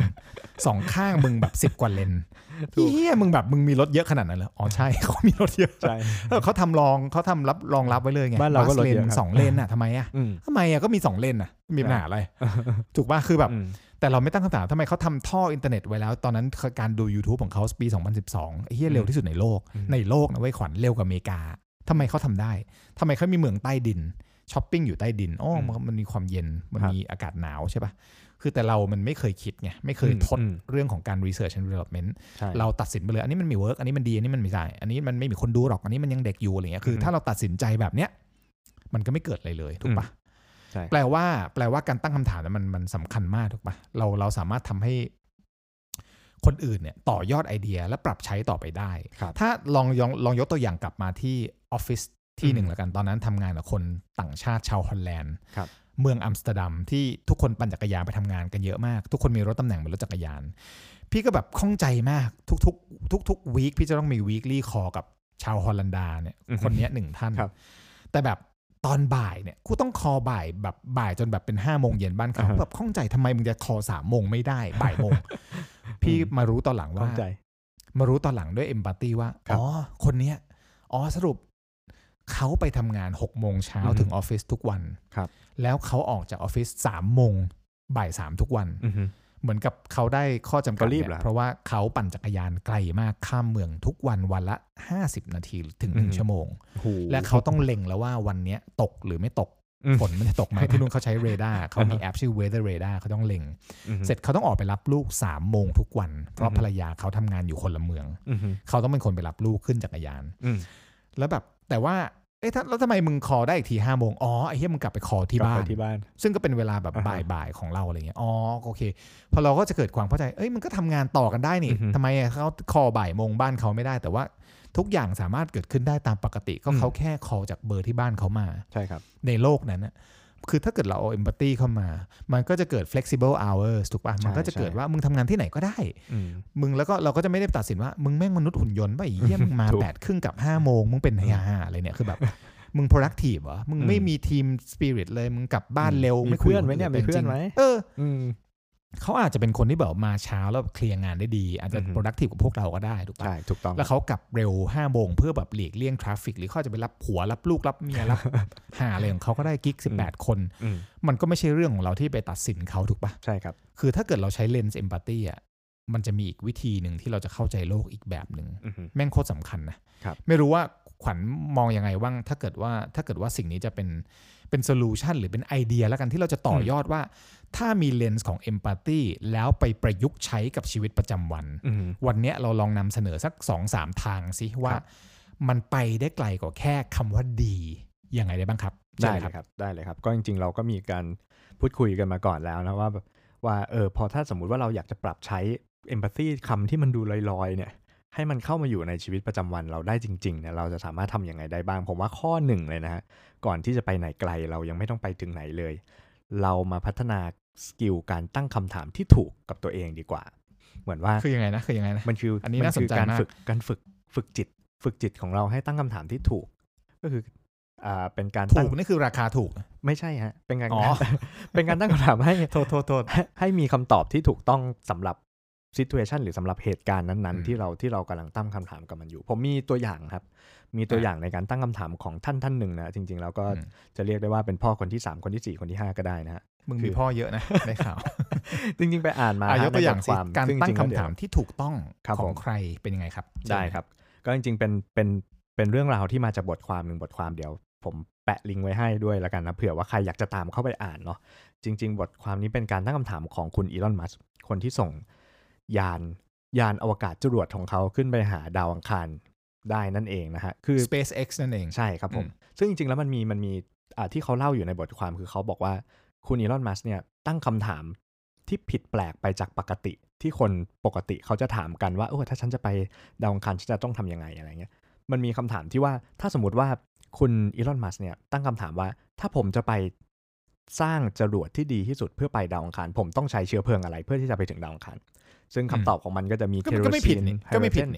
2ข้างมึงแบบ10กว่าเลนเฮียมึงแบบมึงมีรถเยอะขนาดนั้นเหรออ๋อใช่เขามีรถเยอะใช่เขาทำรองรับไว้เลยไงบ้านเราก็รถเยอะ 2เลนอ่ะทำไมอ่ะก็มี2เลนอ่ะมีปัญหาอะไรถูกป่ะคือแบบแต่เราไม่ตั้งคำถามทำไมเขาทำท่ออินเทอร์เน็ตไว้แล้วตอนนั้นการดู YouTube ของเขาปี2012ไอ้เหี้ยเร็วที่สุดในโลกนะเว้ยขวัญเร็วกว่าอเมริกาทำไมเขาทำได้ทำไมเขามีเมืองใต้ดินช้อปปิ้งอยู่ใต้ดินมันมีความเย็นมันมีอากาศหนาวใช่ป่ะคือแต่เรามันไม่เคยคิดไงไม่เคยทดเรื่องของการ research and development เราตัดสินไปเลยอันนี้มันมี work อันนี้มันดีอันนี้มันไม่ได้อันนี้มันไม่มีคนดูหรอกอันนี้มันยังเด็กอยู่อะไรเงี้ยคือถ้าเราตัดสินใจแบบเนี้ยมันก็ไม่เกิดอะไรเลยถูกป่ะแปลว่าการตั้งคำถามนั้นมันสำคัญมากถูกปะเราสามารถทำให้คนอื่นเนี่ยต่อยอดไอเดียและปรับใช้ต่อไปได้ถ้าลองยกตัวอย่างกลับมาที่ออฟฟิศที่หนึ่งแล้วกันตอนนั้นทำงานกับคนต่างชาติชาวฮอลแลนด์เมืองอัมสเตอร์ดัมที่ทุกคนปั่นจักรยานไปทำงานกันเยอะมากทุกคนมีรถตำแหน่งเป็นรถจักรยานพี่ก็แบบข้องใจมากทุกวีคพี่จะต้องมีวีคลี่คอกับชาวฮอลแลนดาเนี่ยคนนี้1ท่านแต่แบบตอนบ่ายเนี่ยกูต้องคอบ่ายแบบบ่ายจนแบบเป็น5 โมงเย็นบ้านเขาแบบข้องใจทำไมมึงจะคอ3 โมงไม่ได้บ่ายโมงพี่มารู้ตอนหลังว่าด้วยเอมพัตตีว่าคนเนี้ยสรุปเขาไปทำงาน6 โมงเช้าถึงออฟฟิศทุกวันแล้วเขาออกจากออฟฟิศ3 โมงบ่าย 3ทุกวันเหมือนกับเขาได้ข้อจำกัดเนี่ยเพราะว่าเขาปั่นจักรยานไกลมากข้ามเมืองทุกวันวันละ50 นาทีถึง1 ชั่วโมงและเขาต้องเล็งแล้วว่าวันนี้ตกหรือไม่ตกฝนมันจะตกไหมที่นู่นเขาใช้เรดาร์เขามีแอปชื่อ weather radar เขาต้องเล็งเสร็จเขาต้องออกไปรับลูก3 โมงทุกวันเพราะภรรยาเขาทำงานอยู่คนละเมืองเขาต้องเป็นคนไปรับลูกขึ้นจักรยานแล้วแบบแต่ว่าแล้วทำไมมึงคอได้อีกที5 โมงไอ้เหี้ยมึงกลับไปคอที่บ้านซึ่งก็เป็นเวลาแบบบ่ายของเราอะไรเงี้ยโอเคพอเราก็จะเกิดความเข้าใจมันก็ทำงานต่อกันได้นี่ทำไมเขาคอบ่ายโมงบ้านเขาไม่ได้แต่ว่าทุกอย่างสามารถเกิดขึ้นได้ตามปกติก็เขาแค่คอจากเบอร์ที่บ้านเขามาใช่ครับในโลกนั้นนะคือถ้าเกิดเราเอา empathy เข้ามามันก็จะเกิด flexible hours ถูกป่ะมันก็จะเกิดว่ามึงทำงานที่ไหนก็ได้มึงแล้วก็เราก็จะไม่ได้ตัดสินว่ามึงแม่งมนุษย์หุ่นยนต์ป่ะไอ้เหี้ยมึงมา8:30กับ5 โมงมึงเป็น5อะไรเนี่ยคือแบบมึง productive เหรอมึงไม่มีทีม spirit เลยมึงกลับบ้านเร็วไม่คุยไหมเนี่ยมีเพื่อนไหมเขาอาจจะเป็นคนที่แบบมาเช้าแล้วเคลียร์งานได้ดีอาจจะ productive กับพวกเราก็ได้ถูกป่ะใช่ถูกต้องแล้วเขากลับเร็ว5 โมงเพื่อแบบหลีกเลี่ยงทราฟฟิกหรือเขาจะไปรับผัวรับลูกรับเมียรับหาอะไรของเขาก็ได้กิ๊ก18 คนมันก็ไม่ใช่เรื่องของเราที่ไปตัดสินเขาถูกป่ะใช่ครับคือถ้าเกิดเราใช้เลนส์ empathy อ่ะมันจะมีอีกวิธีหนึ่งที่เราจะเข้าใจโลกอีกแบบหนึ่งแม่งโคตรสำคัญนะไม่รู้ว่าขวัญมองยังไงว่างถ้าเกิดว่าสิ่งนี้จะเป็นโซลูชันหรือเป็นไอเดียแล้วกันที่เราจะต่อยอดว่าถ้ามีเลนส์ของ empathy แล้วไปประยุกต์ใช้กับชีวิตประจำวันวันนี้เราลองนำเสนอสัก 2-3 ทางสิว่ามันไปได้ไกลกว่าแค่คำว่าดียังไงได้บ้างครับได้เลยครับก็จริงๆเราก็มีการพูดคุยกันมาก่อนแล้วนะว่าพอถ้าสมมุติว่าเราอยากจะปรับใช้ empathy คำที่มันดูลอยๆเนี่ยให้มันเข้ามาอยู่ในชีวิตประจำวันเราได้จริงๆเนี่ยเราจะสามารถทำยังไงได้บ้างผมว่าข้อหนึ่งเลยนะฮะก่อนที่จะไปไหนไกลเรายังไม่ต้องไปถึงไหนเลยเรามาพัฒนาสกิลการตั้งคำถามที่ถูกกับตัวเองดีกว่าเหมือนว่าคือยังไงนะมันคืออันนี้น่าสนใจมากการฝึกจิตของเราให้ตั้งคำถามที่ถูกก็คือเป็นการถูกนี่คือราคาถูกไม่ใช่ฮะเป็นการตั้งคำถามให้โทษให้มีคำตอบที่ถูกต้องสำหรับsituation หรือสำหรับเหตุการณ์นั้นๆที่เรากำลังตั้งคำถามกับมันอยู่ผมมีตัวอย่างครับมีตัวอย่างในการตั้งคำถามของท่านหนึ่งนะจริงๆแล้วก็จะเรียกได้ว่าเป็นพ่อคนที่3คนที่4คนที่5ก็ได้นะฮะมึงมีพ่อเยอะนะในข่าวจริงๆไปอ่านมายกตัวอย่างสิการตั้งคำถามที่ถูกต้องของใครเป็นยังไงครับได้ครับก็จริงๆเป็นเรื่องราวที่มาจากบทความ1บทความเดียวผมแปะลิงก์ไว้ให้ด้วยแล้วกันนะเผื่อว่าใครอยากจะตามเข้าไปอ่านเนาะจริงๆบทความนี้เป็นการตั้งคำถามของคุณอีลอนมัสก์คนที่ส่งยานอวกาศจรวดของเขาขึ้นไปหาดาวอังคารได้นั่นเองนะฮะคือ SpaceX นั่นเองใช่ครับผมซึ่งจริงๆแล้วมันมีที่เขาเล่าอยู่ในบทความคือเขาบอกว่าคุณอีลอนมัสก์เนี่ยตั้งคำถามที่ผิดแปลกไปจากปกติที่คนปกติเขาจะถามกันว่าถ้าฉันจะไปดาวอังคารฉันจะต้องทำยังไงอะไรเงี้ยมันมีคำถามที่ว่าถ้าสมมติว่าคุณอีลอนมัสก์เนี่ยตั้งคำถามว่าถ้าผมจะไปสร้างจรวดที่ดีที่สุดเพื่อไปดาวอังคารผมต้องใช้เชื้อเพลิงอะไรเพื่อที่จะไปถึงดาวอังคารซึ่งคำตอบของมันก็จะมีก็ไม่ผิดนี่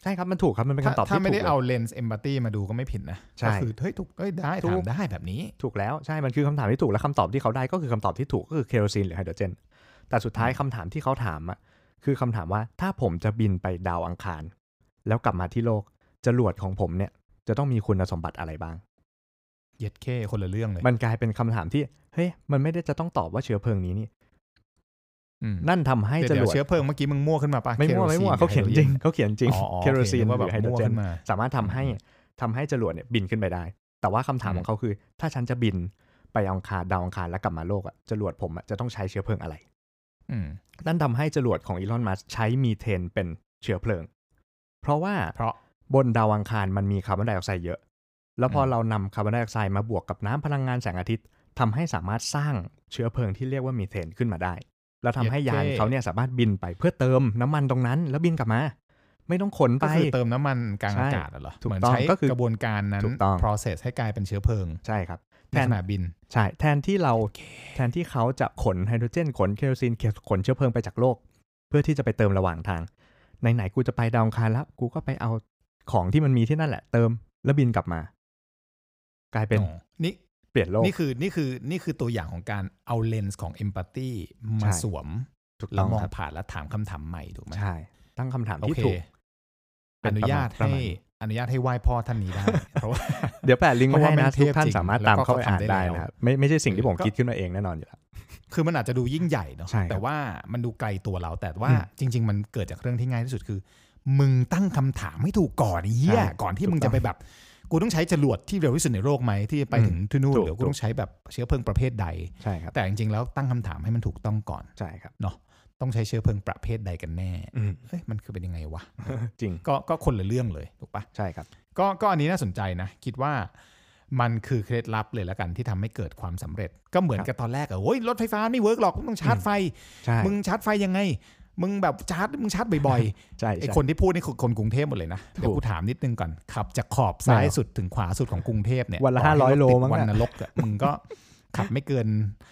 ใช่ครับมันถูกครับมันเป็นคำตอบที่ถูกถ้าไม่ได้เอาเลนส์เอมพัตตีมาดูก็ไม่ผิดนะก็คือเฮ้ยถูกได้ถามได้แบบนี้ถูกแล้วใช่มันคือคำถามที่ถูกและคำตอบที่เขาได้ก็คือคำตอบที่ถูกก็คือเคโรซีนหรือไฮโดรเจนแต่สุดท้ายคำถามที่เขาถามอ่ะคือคำถามว่าถ้าผมจะบินไปดาวอังคารแล้วกลับมาที่โลกจรวดของผมเนี่ยจะต้องมีคุณสมบัติอะไรบ้างเย็ดแค่คนละเรื่องเลยมันกลายเป็นคำถามที่เฮ้ยมันไม่ได้จะต้องตอบว่าเชื้อเพลิงนี้นี่นั่นทำให้จรวดเชื้อเพลิงเมื่อกี้มึงมั่วขึ้นมาปะไม่มั่วเขาเขียนจริงเคโรซีนหรือไฮโดรเจนสามารถทำให้จรวดเนี่ยบินขึ้นไปได้แต่ว่าคำถามของเขาคือถ้าฉันจะบินไปดาวอังคารแล้วกลับมาโลกอ่ะจรวดผมจะต้องใช้เชื้อเพลิงอะไรนั่นทำให้จรวดของอีลอนมัสก์ใช้มีเทนเป็นเชื้อเพลิงเพราะบนดาวอังคารมันมีคาร์บอนไดออกไซด์เยอะแล้วพอเรานำคาร์บอนไดออกไซด์มาบวกกับน้ำพลังงานแสงอาทิตย์ทำให้สามารถสร้างเชื้อเพลิงที่เรียกว่ามีเทนขึ้นมาได้แล้วทำให้ยานเขาเนี่ยสามารถบินไปเพื่อเติมน้ำมันตรงนั้นแล้วบินกลับมาไม่ต้องขนไปก็คือเติมน้ำมันกลางอากาศเหรอเหมือนใช้กระบวนการนั้น process ให้กลายเป็นเชื้อเพลิงใช่ครับแทนขณะบินใช่แทนที่เขาจะขนไฮโดรเจนขนเคโรซีนขนเชื้อเพลิงไปจากโลกเพื่อที่จะไปเติมระหว่างทางไหนๆกูจะไปดาวอังคารแล้วกูก็ไปเอาของที่มันมีที่นั่นแหละเติมแล้วบินกลับมากลายเป็นนี่เปลี่ยนโลกนี่คือตัวอย่างของการเอาเลนส์ของ empathy มาสวมแล้วมองผ่านแล้วถามคำถามใหม่ถูกไหมใช่ตั้งคำถามที่ถูกอนุญาตให้ไหว้พ่อท่านนี้ได้เพราะว่าเดี๋ยวแปะลิงก์ไว้ให้นะทุกท่านสามารถตามเข้าไปอ่านได้นะครับไม่ใช่สิ่งที่ผมคิดขึ้นมาเองแน่นอนอยู่แล้วคือมันอาจจะดูยิ่งใหญ่เนาะแต่ว่ามันดูไกลตัวเราแต่ว่าจริงๆมันเกิดจากเรื่องที่ง่ายที่สุดคือมึงตั้งคำถามให้ถูกก่อนเหี้ยก่อนที่มึงจะไปแบบกูต้องใช้จรวดที่เร็วที่สุดในโลกไหมที่ไปถึงที่นู่นหรือกูต้องใช้แบบเชื้อเพลิงประเภทใดใช่ครับแต่จริงๆแล้วตั้งคำถามให้มันถูกต้องก่อนใช่ครับเนาะต้องใช้เชื้อเพลิงประเภทใดกันแน่เฮ้ยมันคือเป็นยังไงวะจริงก็คนละเรื่องเลยถูกปะใช่ครับก็อันนี้น่าสนใจนะคิดว่ามันคือเคล็ดลับเลยละกันที่ทำให้เกิดความสำเร็จก็เหมือนกับตอนแรกโอ้ยรถไฟฟ้าไม่เวิร์กหรอกมึงต้องชาร์จไฟมึงชาร์จไฟยังไงมึงแบบชาร์จบ่อยๆใช่ไอคนที่พูดนี่คือคนกรุงเทพหมดเลยนะเดี๋ยวกูถามนิดนึงก่อนขับจากขอบซ้ายสุดถึงขวาสุดของกรุงเทพเนี่ยวันละ500 โลมั้งวันนรกอ่ะมึงก็ขับไม่เกิน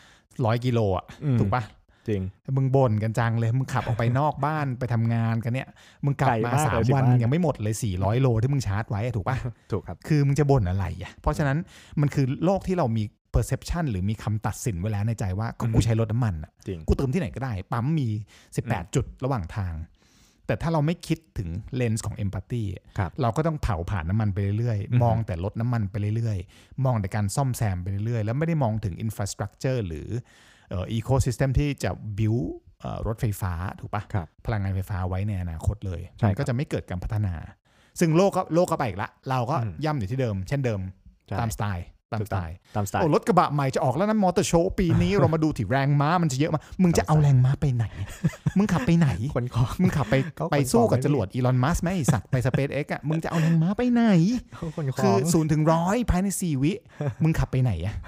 100 กิโลอ่ะถูกปะจริงมึงบ่นกันจังเลยมึงขับออกไปนอกบ้านไปทำงานกันเนี่ยมึงกลับมา3 วันยังไม่หมดเลย400 โลที่มึงชาร์จไว้ถูกปะถูกครับคือมึงจะบ่นอะไรอ่ะเพราะฉะนั้นมันคือโลกที่เรามีperception หรือมีคำตัดสินไว้แล้วในใจว่ากูใช้รถน้ำมันอ่ะกูเติมที่ไหนก็ได้ปั๊มมี18 จุดระหว่างทางแต่ถ้าเราไม่คิดถึงเลนส์ของ empathy เราก็ต้องเผาผ่านน้ำมันไปเรื่อยๆมองแต่รถน้ำมันไปเรื่อยๆมองแต่การซ่อมแซมไปเรื่อยๆแล้วไม่ได้มองถึง infrastructure หรือecosystem ที่จะ build รถไฟฟ้าถูกปะพลังงานไฟฟ้าไว้ในอนาคตเลยมันก็จะไม่เกิดการพัฒนาซึ่งโลกก็ไปอีกละเราก็ย่ำอยู่ที่เดิมเช่นเดิมตามสไตล์โอ้รถกระบะใหม่จะออกแล้วนะมอเตอร์โชว์ปีนี้เรามาดูที่แรงม้ามันจะเยอะมามึงจะเอาแรงม้าไปไหนมึงขับไปไหนมึงขับไปสู้กับจรวดอีลอนมัสก์ไหมไอ้สัตว์ไป SpaceX อ่ะมึงจะเอาแรงม้าไปไหนคือ0 ถึง 100ภายใน4 วิมึงขับไปไหนอ่ะ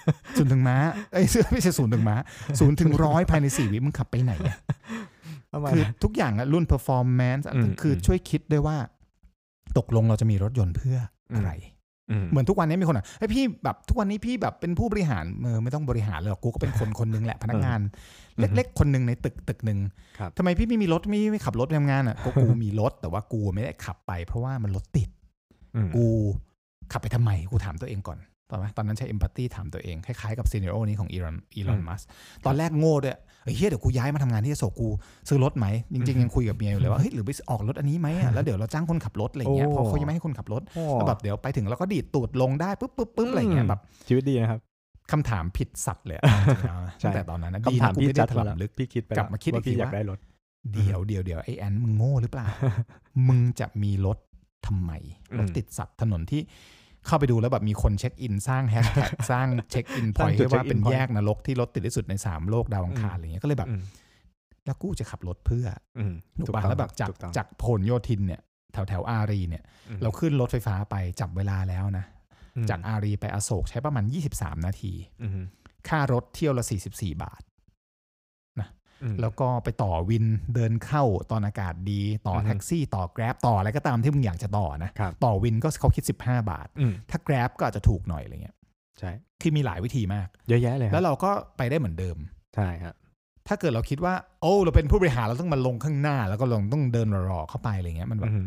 0 ถึงม้าไม่ใช่0 ถึงม้า0 ถึง 100ภายใน4 วิมึงขับไปไหนอ่ะคือทุกอย่างอ่ะรุ่น performance คือช่วยคิดด้วยว่าตกลงเราจะมีรถยนต์เพื่ออะไรเหมือนทุกวันนี้มีคนเฮ้ยพี่แบบทุกวันนี้พี่แบบเป็นผู้บริหารไม่ต้องบริหารเลยหรอกกูก็เป็นคนนึงแหละพนักงานเล็กๆคนนึงในตึกนึงทำไมพี่ไม่มีรถไม่ขับรถไปทำงานอ่ะก็กูมีรถแต่ว่ากูไม่ได้ขับไปเพราะว่ามันรถติดกูขับไปทำไมกูถามตัวเองก่อนตอนนั้นใช้ empathy ถามตัวเองคล้ายๆกับซีเนโอนี้ของอีลอนมัสก์ตอนแรกโง่ด้วยเฮ้ยเดี๋ยวกูย้ายมาทำงานที่อโศกกูซื้อรถไหมจริงๆยังคุยกับเมียอยู่เลยว่าเฮ้ยหรือไปออกรถอันนี้ไหมอ่ะแล้วเดี๋ยวเราจ้างคนขับรถอะไรเงี้ยเพราะเขายังไม่ให้คนขับรถแล้วแบบเดี๋ยวไปถึงเราก็ดีดตูดลงได้ปุ๊บอะไรเงี้ยแบบชีวิตดีนะครับคำถามผิดสัตว์เลยตั้งแต่ตอนนั้นนะคำถามพี่จัดลึกพี่คิดไปกลับมาคิดอีกทีว่าเดี๋ยวไอ้แอนมึงโง่หรือเปล่ามึงจะมีรถทำไมรถติดสัตว์ถนนที่เข้าไปดูแล้วแบบมีคนเช็คอินสร้างแฮชแท็กสร้างเช็คอินพอยต์ให้ว่าเป็นแยกนรกที่รถติดที่สุดใน3 โลกดาวอังคารอะไรเงี้ยก็เลยแบบแล้วกูจะขับรถเพื่อถูกป่ะแล้วแบบจากพหลโยธินเนี่ยแถวอารีเนี่ยเราขึ้นรถไฟฟ้าไปจับเวลาแล้วนะจากอารีไปอโศกใช้ประมาณ23 นาทีค่ารถเที่ยวละ44 บาทนะแล้วก็ไปต่อวินเดินเข้าตอนอากาศดีต่อแท็กซี่ต่อ Grab ต่ออะไรก็ตามที่มึงอยากจะต่อนะต่อวินก็เขาคิด15 บาทถ้า Grab ก็อาจจะถูกหน่อยอะไรเงี้ยใช่คือมีหลายวิธีมากเยอะแยะเลยแล้วเราก็ไปได้เหมือนเดิมใช่ครับถ้าเกิดเราคิดว่าโอ้เราเป็นผู้บริหารเราต้องมาลงข้างหน้าแล้วก็ต้องเดินรอเข้าไปอะไรเงี้ยมันแบบ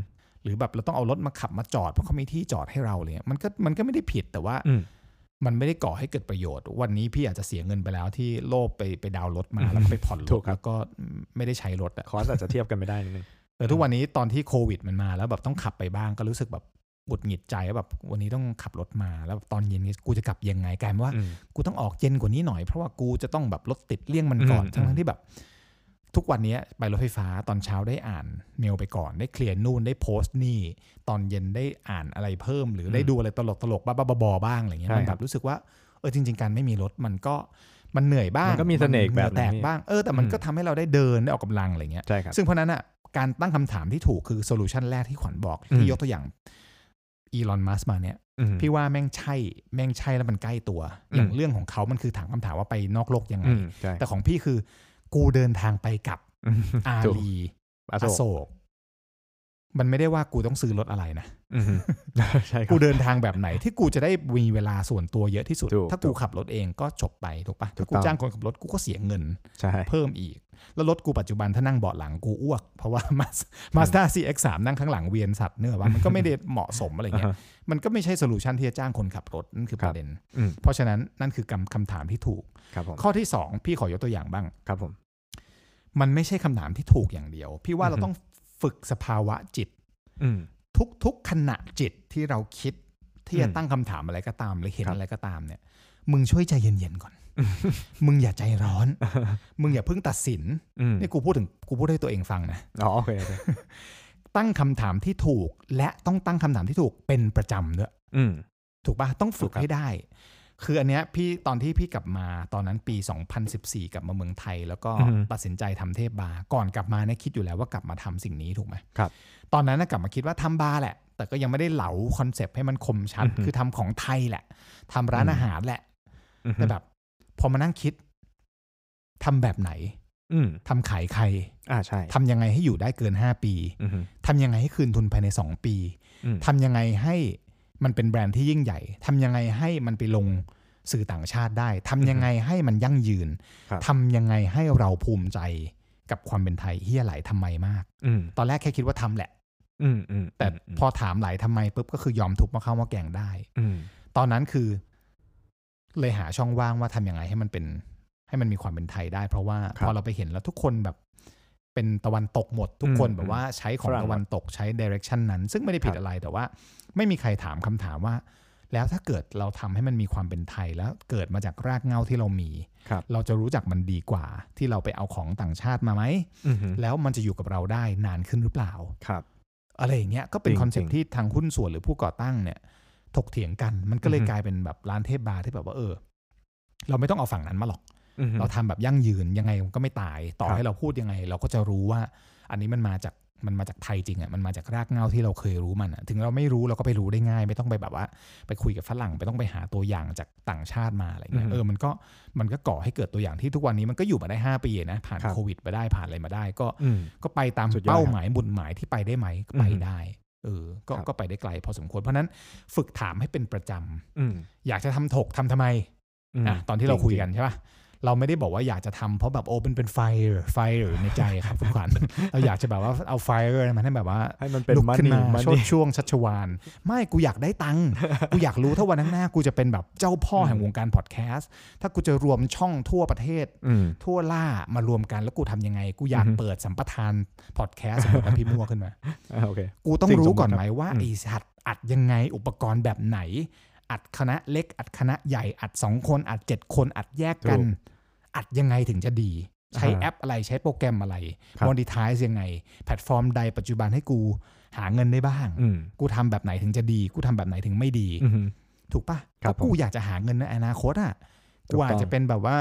รือแบบเราต้องเอารถมาขับมาจอดเพราะเขามีที่จอดให้เราเลยมันก็ไม่ได้ผิดแต่ว่ามันไม่ได้ก่อให้เกิดประโยชน์วันนี้พี่อาจจะเสียเงินไปแล้วที่โลภไปดาวน์รถมาแล้วก็ไปผ่อนรถแล้วก็ไม่ได้ใช้รถคอสอาจจะเทียบกันไม่ได้นิดนึงทุกวันนี้ตอนที่โควิดมันมาแล้วแบบต้องขับไปบ้างก็รู้สึกแบบหงุดหงิดใจว่าแบบวันนี้ต้องขับรถมาแล้วตอนเย็นกูจะกลับยังไงกลายเป็นว่ากูต้องออกเย็นกว่านี้หน่อยเพราะว่ากูจะต้องแบบรถติดเลี่ยงมันก่อนทั้งที่แบบทุกวันนี้ไปรถไฟฟ้าตอนเช้าได้อ่านเมลไปก่อนได้เคลียร์นู่นได้โพสต์นี่ตอนเย็นได้อ่านอะไรเพิ่มหรือได้ดูอะไรตลกบ้าๆบ้างอะไรเงี้ยมันแบบรู้สึกว่าจริงๆการไม่มีรถมันเหนื่อยบ้างมันก็มีเสน่ห์แบบแตกบ้างแต่มันก็ทำให้เราได้เดินได้ออกกำลังอะไรเงี้ยซึ่งเพราะนั้นอ่ะการตั้งคำถามที่ถูกคือโซลูชันแรกที่ขวัญบอกที่ยกตัวอย่างอีลอน มัสก์มาเนี่ยพี่ว่าแม่งใช่แล้วมันใกล้ตัวอย่างเรื่องของเขามันคือถามคำถามว่าไปนอกโลกยังไงแต่ของพี่คือกูเดินทางไปกับอาลีอโศกมันไม่ได้ว่ากูต้องซื้อรถอะไรนะกูเดินทางแบบไหนที่กูจะได้มีเวลาส่วนตัวเยอะที่สุดถ้ากูขับรถเองก็จบไปถูกปะถ้ากูจ้างคนขับรถกูก็เสียเงินเพิ่มอีกแล้วรถกูปัจจุบันถ้านั่งเบาะหลังกูอ้วกเพราะว่า Mazda CX-3 นั่งข้างหลังเวียนสัตว์เนื้อว่ามันก็ไม่ได้เหมาะสมอะไรเงี้ยมันก็ไม่ใช่โซลูชันที่จะจ้างคนขับรถนั่นคือประเด็นเพราะฉะนั้นนั่นคือคำถามที่ถูกข้อที่2พี่ขอยกตัวอย่างบ้างครับผมมันไม่ใช่คำถามที่ถูกอย่างเดียวพี่ว่าเราต้องฝึกสภาวะจิตทุกขณะจิตที่เราคิดที่จะตั้งคำถามอะไรก็ตามหรือเห็นอะไรก็ตามเนี่ยมึงช่วยใจเย็นๆก่อน มึงอย่าใจร้อน มึงอย่าเพิ่งตัดสินนี่กูพูดให้ตัวเองฟังนะโอเคตั้งคำถามที่ถูกและต้องตั้งคำถามที่ถูกเป็นประจำด้วยถูกป่ะต้องฝึกให้ได้คืออันเนี้ยพี่ตอนที่พี่กลับมาตอนนั้นปี2014กลับมาเมืองไทยแล้วก็ตัดสินใจทำเทพบาร์ก่อนกลับมาเนี่ยคิดอยู่แล้วว่ากลับมาทำสิ่งนี้ถูกไหมครับตอนนั้นกลับมาคิดว่าทำบาร์แหละแต่ก็ยังไม่ได้เหลาคอนเซปต์ให้มันคมชัดคือทำของไทยแหละทำร้านอาหารแหละแต่แบบพอมานั่งคิดทำแบบไหนทำขายใครใช่ทำยังไงให้อยู่ได้เกิน5ปีทำยังไงให้คืนทุนภายใน2ปีทำยังไงให้มันเป็นแบรนด์ที่ยิ่งใหญ่ทำยังไงให้มันไปลงสื่อต่างชาติได้ทำยังไงให้มันยั่งยืนทำยังไงให้เราภูมิใจกับความเป็นไทยเฮียไหลทำไมมากตอนแรกแค่คิดว่าทำแหละแต่พอถามไหลทำไมปุ๊บก็คือยอมทุบมาเข้ามาแกงได้ตอนนั้นคือเลยหาช่องว่างว่าทำยังไงให้มันมีความเป็นไทยได้เพราะว่าพอเราไปเห็นแล้วทุกคนแบบเป็นตะวันตกหมดทุกคนแบบว่าใช้ของตะวันตกใช้ direction นั้นซึ่งไม่ได้ผิดอะไรแต่ว่าไม่มีใครถามคำถามว่าแล้วถ้าเกิดเราทำให้มันมีความเป็นไทยแล้วเกิดมาจากรากเหง้าที่เรามีเราจะรู้จักมันดีกว่าที่เราไปเอาของต่างชาติมาไหมแล้วมันจะอยู่กับเราได้นานขึ้นหรือเปล่าอะไรอย่างเงี้ยก็เป็นคอนเซ็ปต์ที่ทางหุ้นส่วนหรือผู้ก่อตั้งเนี่ยถกเถียงกันมันก็เลยกลายเป็นแบบร้านเทพบาร์ที่แบบว่าเราไม่ต้องเอาฝั่งนั้นมาหรอกเราทำแบบยั่งยืนยังไงมันก็ไม่ตายต่อให้เราพูดยังไงเราก็จะรู้ว่าอันนี้มันมาจากไทยจริงอ่ะมันมาจากรากเหง้าที่เราเคยรู้มันถึงเราไม่รู้เราก็ไปรู้ได้ง่ายไม่ต้องไปแบบว่าไปคุยกับฝรั่งไปต้องไปหาตัวอย่างจากต่างชาติมาอะไรเงี้ยมันก็ก่อให้เกิดตัวอย่างที่ทุกวันนี้มันก็อยู่มาได้5ปีนะผ่านโควิดไปได้ผ่านอะไรมาได้ก็ไปตามเป้าหมายบุญหมายที่ไปได้ไหมก็ไปได้ก็ไปได้ไกลพอสมควรเพราะนั้นฝึกถามให้เป็นประจำอยากจะทำทำไมตอนที่เราคุยกันใช่ป่ะเราไม่ได้บอกว่าอยากจะทำเพราะแบบเป็นไฟในใจครับคุณขวัญเราอยากจะแบบว่าเอาไฟมันให้แบบว่าให้มันเป็นลุกขึ้นมาช่วงชัชวาลไม่กูอยากได้ตังค์กูอยากรู้ถ้าวันข้างหน้ากูจะเป็นแบบเจ้าพ่อแห่งวงการพอดแคสต์ถ้ากูจะรวมช่องทั่วประเทศทั่วล่ามารวมกันแล้วกูทำยังไงกูอยากเปิดสัมปทานพอดแคสต์สมมติว่าพี่มั่วขึ้นมากูต้องรู้ก่อนไหมว่าไอ้สัตว์อัดยังไงอุปกรณ์แบบไหนอัดคณะเล็กอัดคณะใหญ่อัด2คนอัด7คนอัดแยกกันอัดยังไงถึงจะดีใช้แอปอะไรใช้โปรแกรมอะไรมอนิไทซ์ยังไงแพลตฟอร์มใดปัจจุบันให้กูหาเงินได้บ้างกูทำแบบไหนถึงจะดีกูทำแบบไหนถึงไม่ดีถูกปะก็กูอยากจะหาเงินในอนาคตอ่ะกูอาจจะเป็นแบบว่า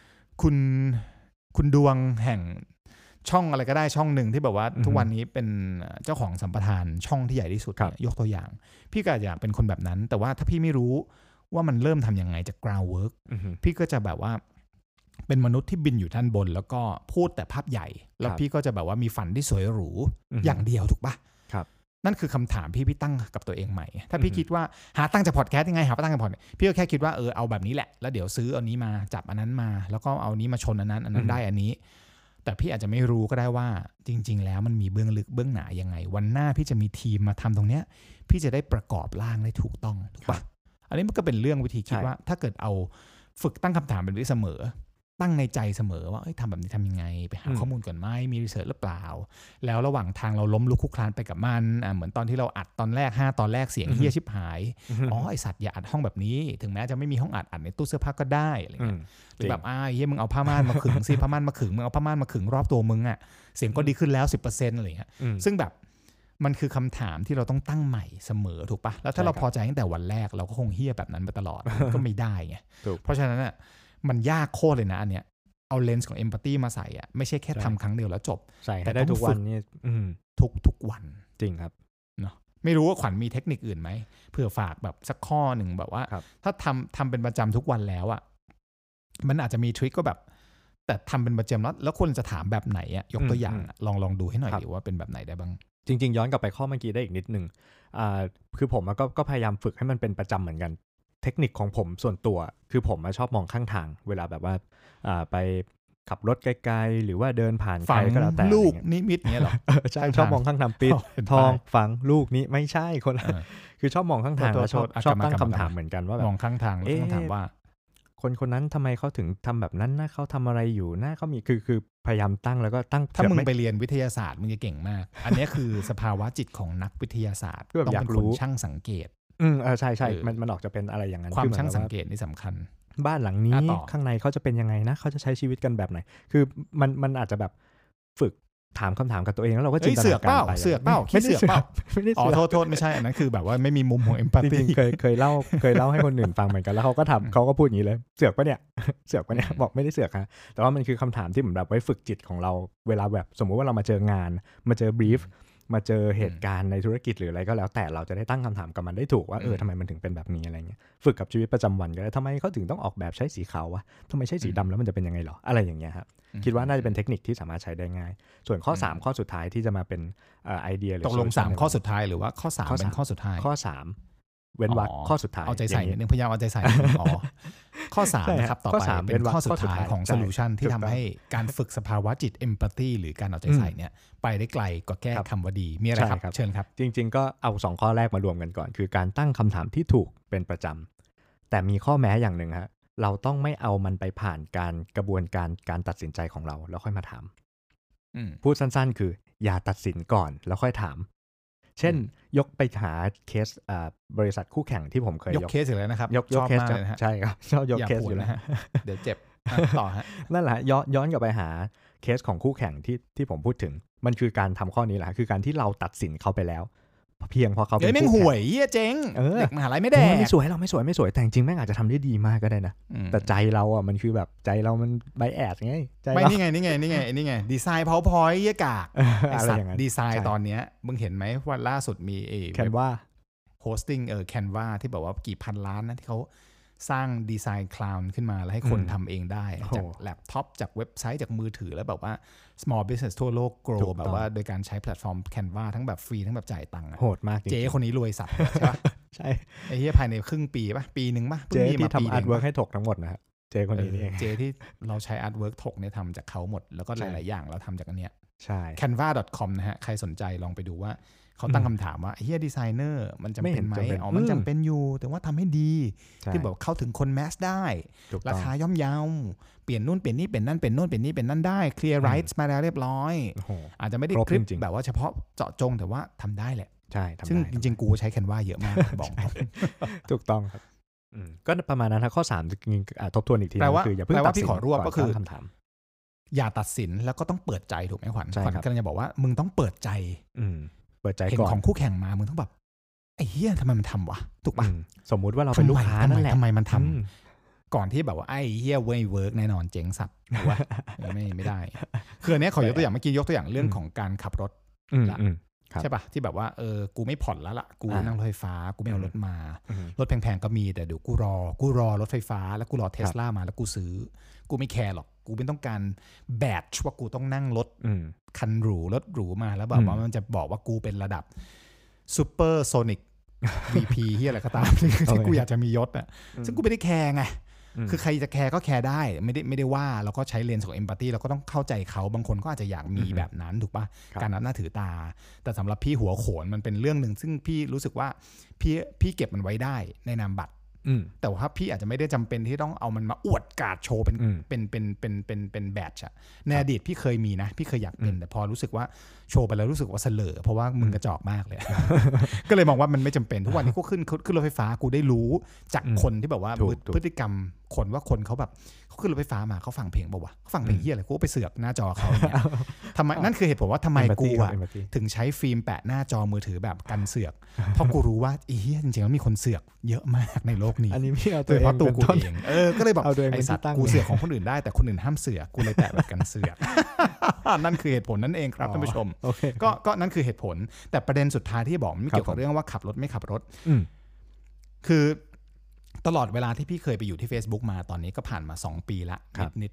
คุณดวงแห่งช่องอะไรก็ได้ช่องหนึ่งที่แบบว่าทุกวันนี้เป็นเจ้าของสัมปทานช่องที่ใหญ่ที่สุดยกตัวอย่างพี่ก็อยากเป็นคนแบบนั้นแต่ว่าถ้าพี่ไม่รู้ว่ามันเริ่มทำยังไงจาก ground work พี่ก็จะแบบว่าเป็นมนุษย์ที่บินอยู่ด้านบนแล้วก็พูดแต่ภาพใหญ่แล้วพี่ก็จะแบบว่ามีฝันที่สวยหรูอย่างเดียวถูกปะนั่นคือคำถามพี่ตั้งกับตัวเองใหม่ถ้าพี่คิดว่าหาตังค์จากพอดแคสต์ยังไงหาตังค์จากพอดพี่ก็แค่คิดว่าเอาแบบนี้แหละแล้วเดี๋ยวซื้อเอานี้มาจับอันนั้นมาแล้วก็เอานี้มาชนอันนั้นได้อันนี้แต่พี่อาจจะไม่รู้ก็ได้ว่าจริงๆแล้วมันมีเบื้องลึกเบื้องหนายังไงวันหน้าพี่จะมีทีมมาทำตรงเนี้ยพี่จะได้ประกอบร่างได้ถูกต้องถูกปะอันนี้มันก็เป็นเรื่องวิธีคิดว่าถ้าเกิดเอาฝึกตั้งคำถามเป็นวิธีเสมอตั้งในใจเสมอว่าทำแบบนี้ทำยังไงไปหาข้อมูลก่อนไหมมีรีเสิร์ชหรือเปล่าแล้วระหว่างทางเราล้มลุกคลุกคลานไปกับมันเหมือนตอนที่เราอัดตอนแรก5ตอนแรกเสียงเฮี้ยชิบหายไอสัตว์อย่าอัดห้องแบบนี้ถึงแม้จะไม่มีห้องอัดในตู้เสื้อผ้าก็ได้อะไรเงี้ยหรือแบบเฮี้ยมึงเอาผ้าม่านมาขึงสิผ้าม่านมาขึงมึงเอาผ้าม่านมาขึงรอบตัวมึงอ่ะเสียงก็ดีขึ้นแล้ว 10% อะไรเงี้ยซึ่งแบบมันคือคำถามที่เราต้องตั้งใหม่เสมอถูกปะแล้วถ้าเราพอใจตั้งแต่วันแรกเราก็คงเฮี้ยแบบนั้นไปตลอดก็ไม่ได้ไงเพราะฉะนั้นอ่ะมันยากโคตรเลยนะอันเนี้ยเอาเลนส์ของ empathy มาใส่อ่ะไม่ใช่แค่ทำครั้งเดียวแล้วจบแต่ได้ทุกวันนี่ทุกวันจริงครับเนาะไม่รู้ว่าขวัญมีเทคนิคอื่นไหมเพื่อฝากแบบสักข้อหนึ่งแบบว่าถ้าทำเป็นประจำทุกวันแล้วอ่ะมันอาจจะมีทริคก็แบบแต่ทำเป็นประจำแล้วควรจะถามแบบไหนอ่ะยกตัวอย่างลองดูให้หน่อยดิว่าเป็นแบบไหนได้บ้างจริงๆย้อนกลับไปข้อเมื่อกี้ได้อีกนิดนึงคือผมก็พยายามฝึกให้มันเป็นประจำเหมือนกันเทคนิคของผมส่วนตัวคือผมชอบมองข้างทางเวลาแบบว่าไปขับรถไกลๆหรือว่าเดินผ่านใครก็แล้วแต่ลูกนิมิตเงี้ยหรอใช่ชอบมองข้างทางปิดทองฝังลูกนี้ไม่ใช่คนคือชอบมองข้างทางแล้วชอบตั้งคำถามเหมือนกันว่าแบบมองข้างทางแล้วต้องถามว่าคนนั้นทำไมเขาถึงทำแบบนั้นนะเขาทำอะไรอยู่นะเขามีคือพยายามตั้งแล้วก็ตั้งถ้ามึงไปเรียนวิทยาศาสตร์มึงจะเก่งมากอันนี้คือสภาวะจิตของนักวิทยาศาสตร์ต้องเป็นคนช่างสังเกตใช่มันออกจะเป็นอะไรอย่างนั้นความช่างสังเกตนี่สำคัญบ้านหลังนี้ข้างในเขาจะเป็นยังไงนะเขาจะใช้ชีวิตกันแบบไหนคือมันอาจจะแบบฝึกถามคำถามกับตัวเองแล้วเราก็จินตนาการไปเสือกเปล่าไม่ได้เสือกโทษไม่ใช่อันนั้นคือแบบว่าไม่มีมุมของเอมพัตตี้เคยเล่าให้คนอื่นฟังเหมือนกันแล้วเขาก็พูดอย่างนี้เลยเสือกปะเนี่ยบอกไม่ได้เสือกฮะแต่ว่ามันคือคำถามที่เหมือนแบบไว้ฝึกจิตของเราเวลาแบบสมมุติว่าเรามาเจองานมาเจอบรีฟมาเจอเหตุการณ์ในธุรกิจหรืออะไรก็แล้วแต่เราจะได้ตั้งคำถามกับมันได้ถูกว่าทำไมมันถึงเป็นแบบนี้อะไรเงี้ยฝึกกับชีวิตประจำวันก็ได้ทำไมเขาถึงต้องออกแบบใช้สีขาววะทำไมใช้สีดำแล้วมันจะเป็นยังไงหรออะไรอย่างเงี้ยครับคิดว่าน่าจะเป็นเทคนิคที่สามารถใช้ได้ง่ายส่วนข้อ3ข้อสุดท้ายที่จะมาเป็นไอเดียหรือตกลง3ข้อสุดท้ายหรือว่าข้อ3เป็นข้อสุดท้ายข้อ3เว้นวรรคข้อสุดท้ายเอาใจใส่นิดนึงพยายามเอาใจใส่ข้อ3นะครับต่อไปเป็นข้อสุดท้ายของโซลูชันที่ทำให้การฝึกสภาวะจิต empathy หรือการเอาใจใส่เนี่ยไปได้ไกลกว่าแก้คำว่าดีมีอะไรครับเชิญครับจริงๆก็เอา2ข้อแรกมารวมกันก่อนคือการตั้งคำถามที่ถูกเป็นประจำแต่มีข้อแม้อย่างหนึ่งฮะเราต้องไม่เอามันไปผ่านกระบวนการตัดสินใจของเราแล้วค่อยมาถามพูดสั้นๆคืออย่าตัดสินก่อนแล้วค่อยถามเช่นยกไปหาเคสบริษัทคู่แข่งที่ผมเคยยกเคสอยู่แล้วนะครับยกเคสใช่ครับชอบยกเคสอยู่แล้วเดี๋ยวเจ็บต่อฮะนั่นแหละย้อนกลับไปหาเคสของคู่แข่งที่ผมพูดถึงมันคือการทำข้อนี้แหละคือการที่เราตัดสินเขาไปแล้วเพียงพอเขาเป็นคู่แข่งห่วยเจ๊งเด็กมหาลัยไม่แดงไม่สวยเราไม่สวยแต่จริงแม่งอาจจะทำได้ดีมากก็ได้นะแต่ใจเราอ่ะมันคือแบบใจเรามันไบแอดไงไม่นี่ไงดีไซน์PowerPointพอยต์กากอะไรอย่างเงี้ยดีไซน์ตอนเนี้ยมึงเห็นไหมว่าล่าสุดมี Canva hosting Canva ที่บอกว่ากี่พันล้านนะที่เขาสร้างดีไซน์คลาวด์ขึ้นมาแล้วให้คนทำเองได้จากแล็ปท็อปจากเว็บไซต์จากมือถือแล้วแบบว่า small business ทั่วโลก grow แบบว่าโดยการใช้แพลตฟอร์ม Canva ทั้งแบบฟรีทั้งแบบจ่ายตังค์โหดมากเจ๊คนนี้รวยสัตว์ใช่ปะใช่ไอ้เหี้ยภายในครึ่งปีป่ะปีนึงป่ะเจ๊ที่ทำอาร์ตเวิร์กให้ถกทั้งหมดนะฮะเจ๊คนนี้นี่เองเจ๊ที่เราใช้อาร์ตเวิร์กถกเนี่ยทำจากเขาหมดแล้วก็หลายๆอย่างเราทำจากอันเนี้ยใช่ canva.com นะฮะใครสนใจลองไปดูว่าเขาตั้งคำถามว่าเฮียดีไซเนอร์มันจำเป็นไหมมันจำเป็นอยู่แต่ว่าทำให้ดีที่บอกเข้าถึงคนแมสได้ราคาย่อมเยาเปลี่ยนนู่นเปลี่ยนนี่เป็นนั่นเป็นโน่นเป็นนี่เป็นนั่นได้เคลียร์ไรท์มาแล้วเรียบร้อยอาจจะไม่ได้คลิปแบบว่าเฉพาะเจาะจงแต่ว่าทำได้แหละใช่ซึ่งจริงๆกูใช้ Canva เยอะมากบอกถูกต้องครับก็ประมาณนั้นถ้าข้อ3จะทบทวนอีกทีคืออย่าเพิ่งตัดสินพี่ขอรวบก็คือคำถามอย่าตัดสินแล้วก็ต้องเปิดใจถูกไหมขวัญกำลังจะบอกว่ามึงต้องเปิดใจเห็นของคู่แข่งมามึงต้องแบบไอ้เหี้ยทำไมมันทำวะถูกป่ะสมมุติว่าเราเป็นลูกค้านั่นแหละทำไมมันทำก่อนที่แบบว่าไอ้เหี้ยเวิร์กแน่นอนเจ๊งสัตว์หรือว่าไม่ได้คืออันนี้ขอยกตัวอย่างเมื่อกี้ยกตัวอย่างเรื่องของการขับรถใช่ป่ะที่แบบว่ากูไม่ผ่อนแล้วล่ะกูนั่งรถไฟฟ้ากูไม่เอารถมารถแพงๆก็มีแต่เดี๋ยวกูรอรถไฟฟ้าแล้วกูรอเทสลามาแล้วกูซื้อกูไม่แคร์หรอกกูไม่ต้องการแบดว่ากูต้องนั่งรถคันหรูรถหรูมาแล้วแบบว่ามันจะบอกว่ากูเป็นระดับซูเปอร์โซนิก VP ที่อะไรก็ตามที่กูอยากจะมียศอ่ะซึ่งกูไม่ได้แคร์ไงคือใครจะแคร์ก็แคร์ได้ไม่ได้ว่าเราก็ใช้เลนส์ของเอมพัตตีเราก็ต้องเข้าใจเขาบางคนก็อาจจะอยากมีแบบนั้นถูกปะการนับหน้าถือตาแต่สำหรับพี่หัวโขนมันเป็นเรื่องนึงซึ่งพี่รู้สึกว่าพี่เก็บมันไว้ได้ในนามบัตรแต่ว่าพี่อาจจะไม่ได้จำเป็นที่ต้องเอามันมาอวดการ์ดโชว์เป็นแบดช์ในอดีตพี่เคยมีนะพี่เคยอยากเป็นแต่พอรู้สึกว่าโชว์ไปแล้วรู้สึกว่าเสลอเพราะว่ามึงกระจอกมากเลย ก็เลยมองว่ามันไม่จำเป็นทุกวันนี้กูขึ้นรถไฟฟ้ากูได้รู้จากคนที่แบบว่าพฤติกรรมคนว่าคนเขาแบบเขาขึ้นรถไฟฟ้ามาเขาฟังเพลงป่าวะเขาฟังเพลงเหี้ยอะไรกูไปเสือกหน้าจอเขาเนี่ยทำไมนั่นคือเหตุผลว่าทำไมกูอ่ะถึงใช้ฟิล์มแปะหน้าจอมือถือแบบกันเสือกเพราะกูรู้ว่าเหี้ยจริงๆแล้วมีคนเสือกเยอะมากในโลกนี้อันนี้พี่เอาตัวเองตัวกูเองก็เลยบอกไอ้สัตว์กูเสือกของคนอื่นได้แต่คนอื่นห้ามเสือกกูเลยแปะแบบกันเสือกนั่นคือเหตุผลนั่นเองครับท่านผู้ชมก็นั่นคือเหตุผลแต่ประเด็นสุดท้ายที่บอกไม่เกี่ยวกับเรื่องว่าขับรถไม่ขับรถคือตลอดเวลาที่พี่เคยไปอยู่ที่ Facebook มาตอนนี้ก็ผ่านมา2ปีละนิด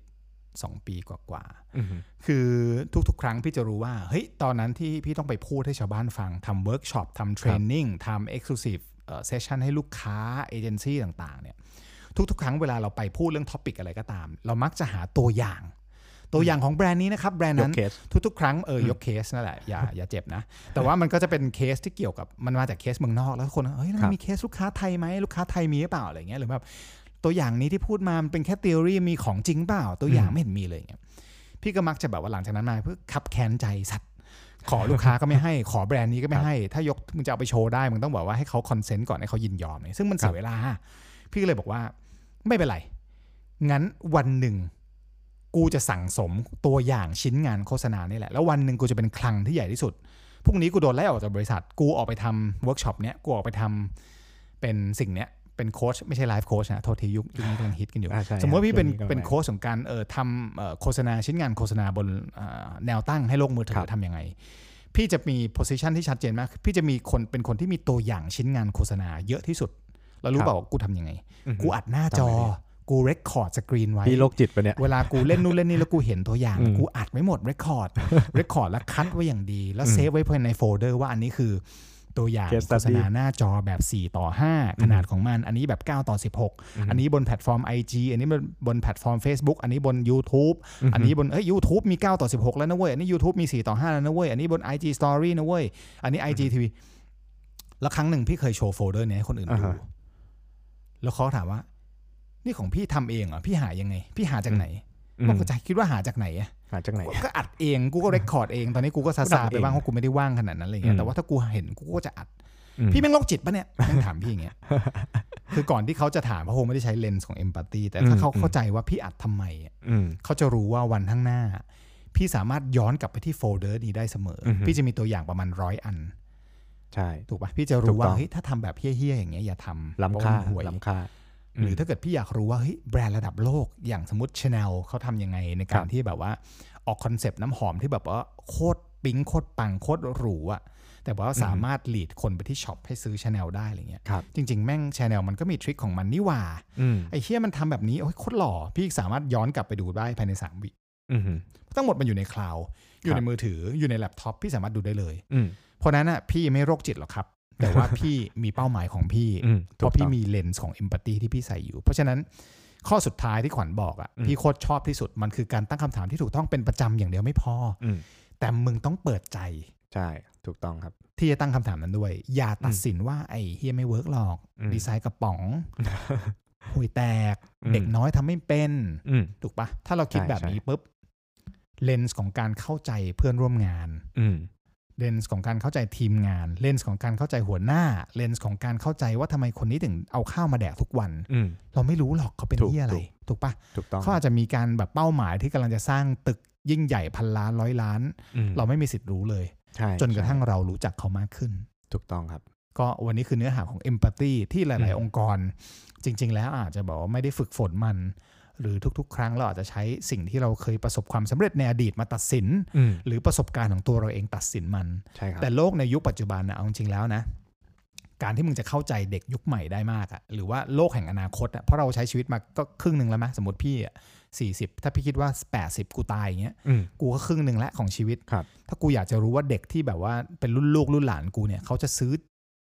2ปีกว่าๆคือทุกๆครั้งพี่จะรู้ว่าเฮ้ยตอนนั้นที่พี่ต้องไปพูดให้ชาวบ้านฟังทำเวิร์กช็อปทำเทรนนิ่งทำเอ็กซ์คลูซีฟเซสชั่นให้ลูกค้าเอเจนซี่ต่างๆเนี่ยทุกๆครั้งเวลาเราไปพูดเรื่องท็อปิกอะไรก็ตามเรามักจะหาตัวอย่างของแบรนด์นี้นะครับแบรนด์นั้นทุกๆครั้งยกเคสนั่นแหละอย่าเจ็บนะแต่ว่ามันก็จะเป็นเคสที่เกี่ยวกับมันมาจากเคสเมืองนอกแล้วคนเฮ้ยมันมีเคสลูกค้าไทยไหมลูกค้าไทยมีหรือเปล่าอะไรเงี้ยหรือแบบตัวอย่างนี้ที่พูดมามันเป็นแค่ทฤษฎีมีของจริงเปล่าตัวอย่างไม่เห็นมีเลยเงี้ยพี่ก็มักจะแบบว่าหลังจากนั้นมาเพื่อขับแค้นใจสัตว์ขอลูกค้าก็ไม่ให้ขอแบรนด์นี้ก็ไม่ให้ถ้ายกมึงจะเอาไปโชว์ได้มึงต้องบอกว่าให้เขาคอนเซนต์ก่อนให้เขายินยอมเนี่ยซึ่งมันเสียเวลาพี่ก็เลยบอกว่าไม่เป็นไรงั้นวันหนึ่งกูจะสั่งสมตัวอย่างชิ้นงานโฆษณานี่แหละแล้ววันหนึ่งกูจะเป็นคลังที่ใหญ่ที่สุดพรุ่งนี้กูโดนไล่ออกจากบริษัทกูออกไปทำเวิร์กช็อปเนี้ยกูออกไปทำเป็นสิ่งเนี้ยเป็นโค้ชไม่ใช่ไลฟ์โค้ชนะโทษทียุคนี้กำลังฮิตกันอยู่สมมติว่าพี่เป็นโค้ชของการทำโฆษณาชิ้นงานโฆษณาบนแนวตั้งให้โลกมือถือทำยังไงพี่จะมี position ที่ชัดเจนมากพี่จะมีเป็นคนที่มีตัวอย่างชิ้นงานโฆษณาเยอะที่สุดแล้วรู้เปล่าว่ากูทำยังไงกูอัดหน้าจอกูเรคคอร์ดสกรีนไว้พี่โรคจิตปะเนี่ยเวลากูเล่นนู่นเล่นนี่แล้วกูเห็นตัวอย่างกูอัดไว้หมดเรคคอร์ดแล้วคัดไว้อย่างดีแล้วเซฟไว้ในโฟลเดอร์ว่าอันนี้คือตัวอย่างโฆษณาหน้าจอแบบ4:5ขนาดของมันอันนี้แบบ9:16อันนี้บนแพลตฟอร์ม IG อันนี้บนแพลตฟอร์ม Facebook อันนี้บน YouTube อันนี้บนYouTube มี9:16แล้วนะเว้ยอันนี้ YouTube มี4:5แล้วนะเว้ยอันนี้บน IG Story นะเว้ยอันนี้ IGTV แล้วครั้งหนึ่งพี่เคยโชว์โฟลเดอร์นี้ให้คนอื่นดูแล้วเขาถามว่านี่ของพี่ทำเองเหรอพี่หายังไงพี่หาจากไหนบอกก็จะคิดว่าหาจากไหนก็อัดเองกูก็เรคคอร์ดเองตอนนี้กูก็ซาไปบ้างเพราะกูไม่ได้ว่างขนาดนั้นอะไรเงี้ยแต่ว่าถ้ากูเห็นกูก็จะอัดพี่แม่งโรคจิตปะเนี่ยแม่งถามพี่อย่างเงี้ยคือก่อนที่เขาจะถามเพราะคงไม่ได้ใช้เลนส์ของเอมพัตตีแต่ถ้าเขาเข้าใจว่าพี่อัดทำไมเขาจะรู้ว่าวันข้างหน้าพี่สามารถย้อนกลับไปที่โฟลเดอร์นี้ได้เสมอพี่จะมีตัวอย่างประมาณ100 อันใช่ถูกป่ะพี่จะรู้ว่าเฮ้ยถ้าทำแบบเฮี้ยๆอย่างเงี้ยอย่าทำล้ำค่าหรือถ้าเกิดพี่อยากรู้ว่าเฮ้ยแบรนด์ระดับโลกอย่างสมมติ Chanel เขาทำยังไงในการที่แบบว่าออกคอนเซปต์น้ำหอมที่แบบว่าโคตรปิ๊งโคตรปังโคตรหรูอะแต่ว่าสามารถลีดคนไปที่ช็อปให้ซื้อ Chanel ได้อะไรเงี้ยจริงๆแม่ง Chanel มันก็มีทริคของมันนี่ว่าไอ้เหี้ยมันทำแบบนี้โอ้ยโคตรหล่อพี่สามารถย้อนกลับไปดูได้ภายใน3 วิทั้งหมดมันอยู่ในคลาวด์อยู่ในมือถืออยู่ในแล็ปท็อปพี่สามารถดูได้เลยเพราะนั้นอะพี่ไม่โรคจิตหรอกครับแต่ว่าพี่มีเป้าหมายของพี่เพราะพี่มีเลนส์ของ empathy ที่พี่ใส่อยู่เพราะฉะนั้นข้อสุดท้ายที่ขวัญบอกอ่ะพี่โคตรชอบที่สุดมันคือการตั้งคำถามที่ถูกต้องเป็นประจำอย่างเดียวไม่พอแต่มึงต้องเปิดใจใช่ถูกต้องครับที่จะตั้งคำถามนั้นด้วยอย่าตัดสินว่าไอ้เฮียไม่เวิร์กหรอกดีไซน์กระป๋องห่วยแตกเด็กน้อยทำไม่เป็นถูกปะถ้าเราคิดแบบนี้ปุ๊บเลนส์ของการเข้าใจเพื่อนร่วมงานเลนส์ของการเข้าใจทีมงานเลนส์ของการเข้าใจหัวหน้าเลนส์ของการเข้าใจว่าทำไมคนนี้ถึงเอาข้าวมาแดกทุกวันเราไม่รู้หรอกเขาเป็นที่อะไรถูกปะเขาอาจจะมีการแบบเป้าหมายที่กำลังจะสร้างตึกยิ่งใหญ่1,000 ล้าน100 ล้านเราไม่มีสิทธิ์รู้เลยจนกระทั่งเรารู้จักเขามากขึ้นถูกต้องครับก็วันนี้คือเนื้อหาของ Empathy ที่หลายๆองค์กรจริงๆแล้วอาจจะบอกว่าไม่ได้ฝึกฝนมันหรือทุกๆครั้งเราอาจจะใช้สิ่งที่เราเคยประสบความสำเร็จในอดีตมาตัดสินหรือประสบการณ์ของตัวเราเองตัดสินมันแต่โลกในยุคปัจจุบันนะเอาจริงๆแล้วนะการที่มึงจะเข้าใจเด็กยุคใหม่ได้มากอะหรือว่าโลกแห่งอนาคตอะเพราะเราใช้ชีวิตมาก็ครึ่งนึงแล้วมั้ยสมมติพี่อะ40ถ้าพี่คิดว่า80กูตายอย่างเงี้ยกูก็ครึ่งนึงแล้วของชีวิตถ้ากูอยากจะรู้ว่าเด็กที่แบบว่าเป็นรุ่นลูกรุ่นหลานกูเนี่ยเขาจะซื้อ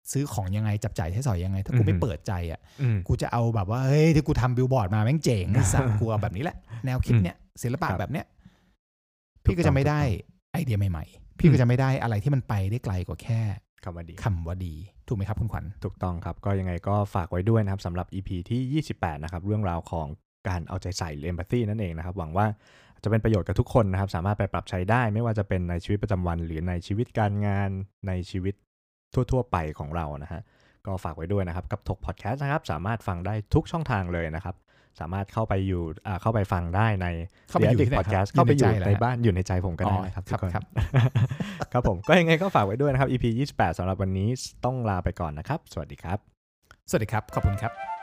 ซื้อของยังไงจับจ่ายใช้สอยยังไงถ้ากูไม่เปิดใจอ่ะ กูจะเอาแบบว่าเฮ้ยที่กูทำบิลบอร์ดมาแม่งเจ๋งไอ้สัตว์กูเอาแบบนี้แหละแนวคิดเนี้ยศิลปะแบบเนี้ยพี่ก็จะไม่ได้ไอเดียใหม่ๆพี่ก็จะไม่ได้อะไรที่มันไปได้ไกลกว่าแค่คำว่าดีถูกไหมครับคุณขวัญถูกต้องครับก็ยังไงก็ฝากไว้ด้วยนะครับสำหรับ EP ที่28นะครับเรื่องราวของการเอาใจใส่หรือ empathy นั่นเองนะครับหวังว่าจะเป็นประโยชน์กับทุกคนนะครับสามารถไปปรับใช้ได้ไม่ว่าจะเป็นในชีวิตประจำวันหรือในชีวิตการงานในชีวิตทั่วๆไปของเรานะฮะก็ฝากไว้ด้วยนะครับกับถกพอดแคสต์นะครับสามารถฟังได้ทุกช่องทางเลยนะครับสามารถเข้าไปฟังได้ใน The Addict Podcast เข้าไปอยู่ในบ้านอยู่ในใจผมก็ได้นะครับทุกคนครับผมก็ยังไงก็ฝากไว้ด้วยนะครับ EP 28สำหรับวันนี้ต้องลาไปก่อนนะครับสวัสดีครับสวัสดีครับขอบคุณครับ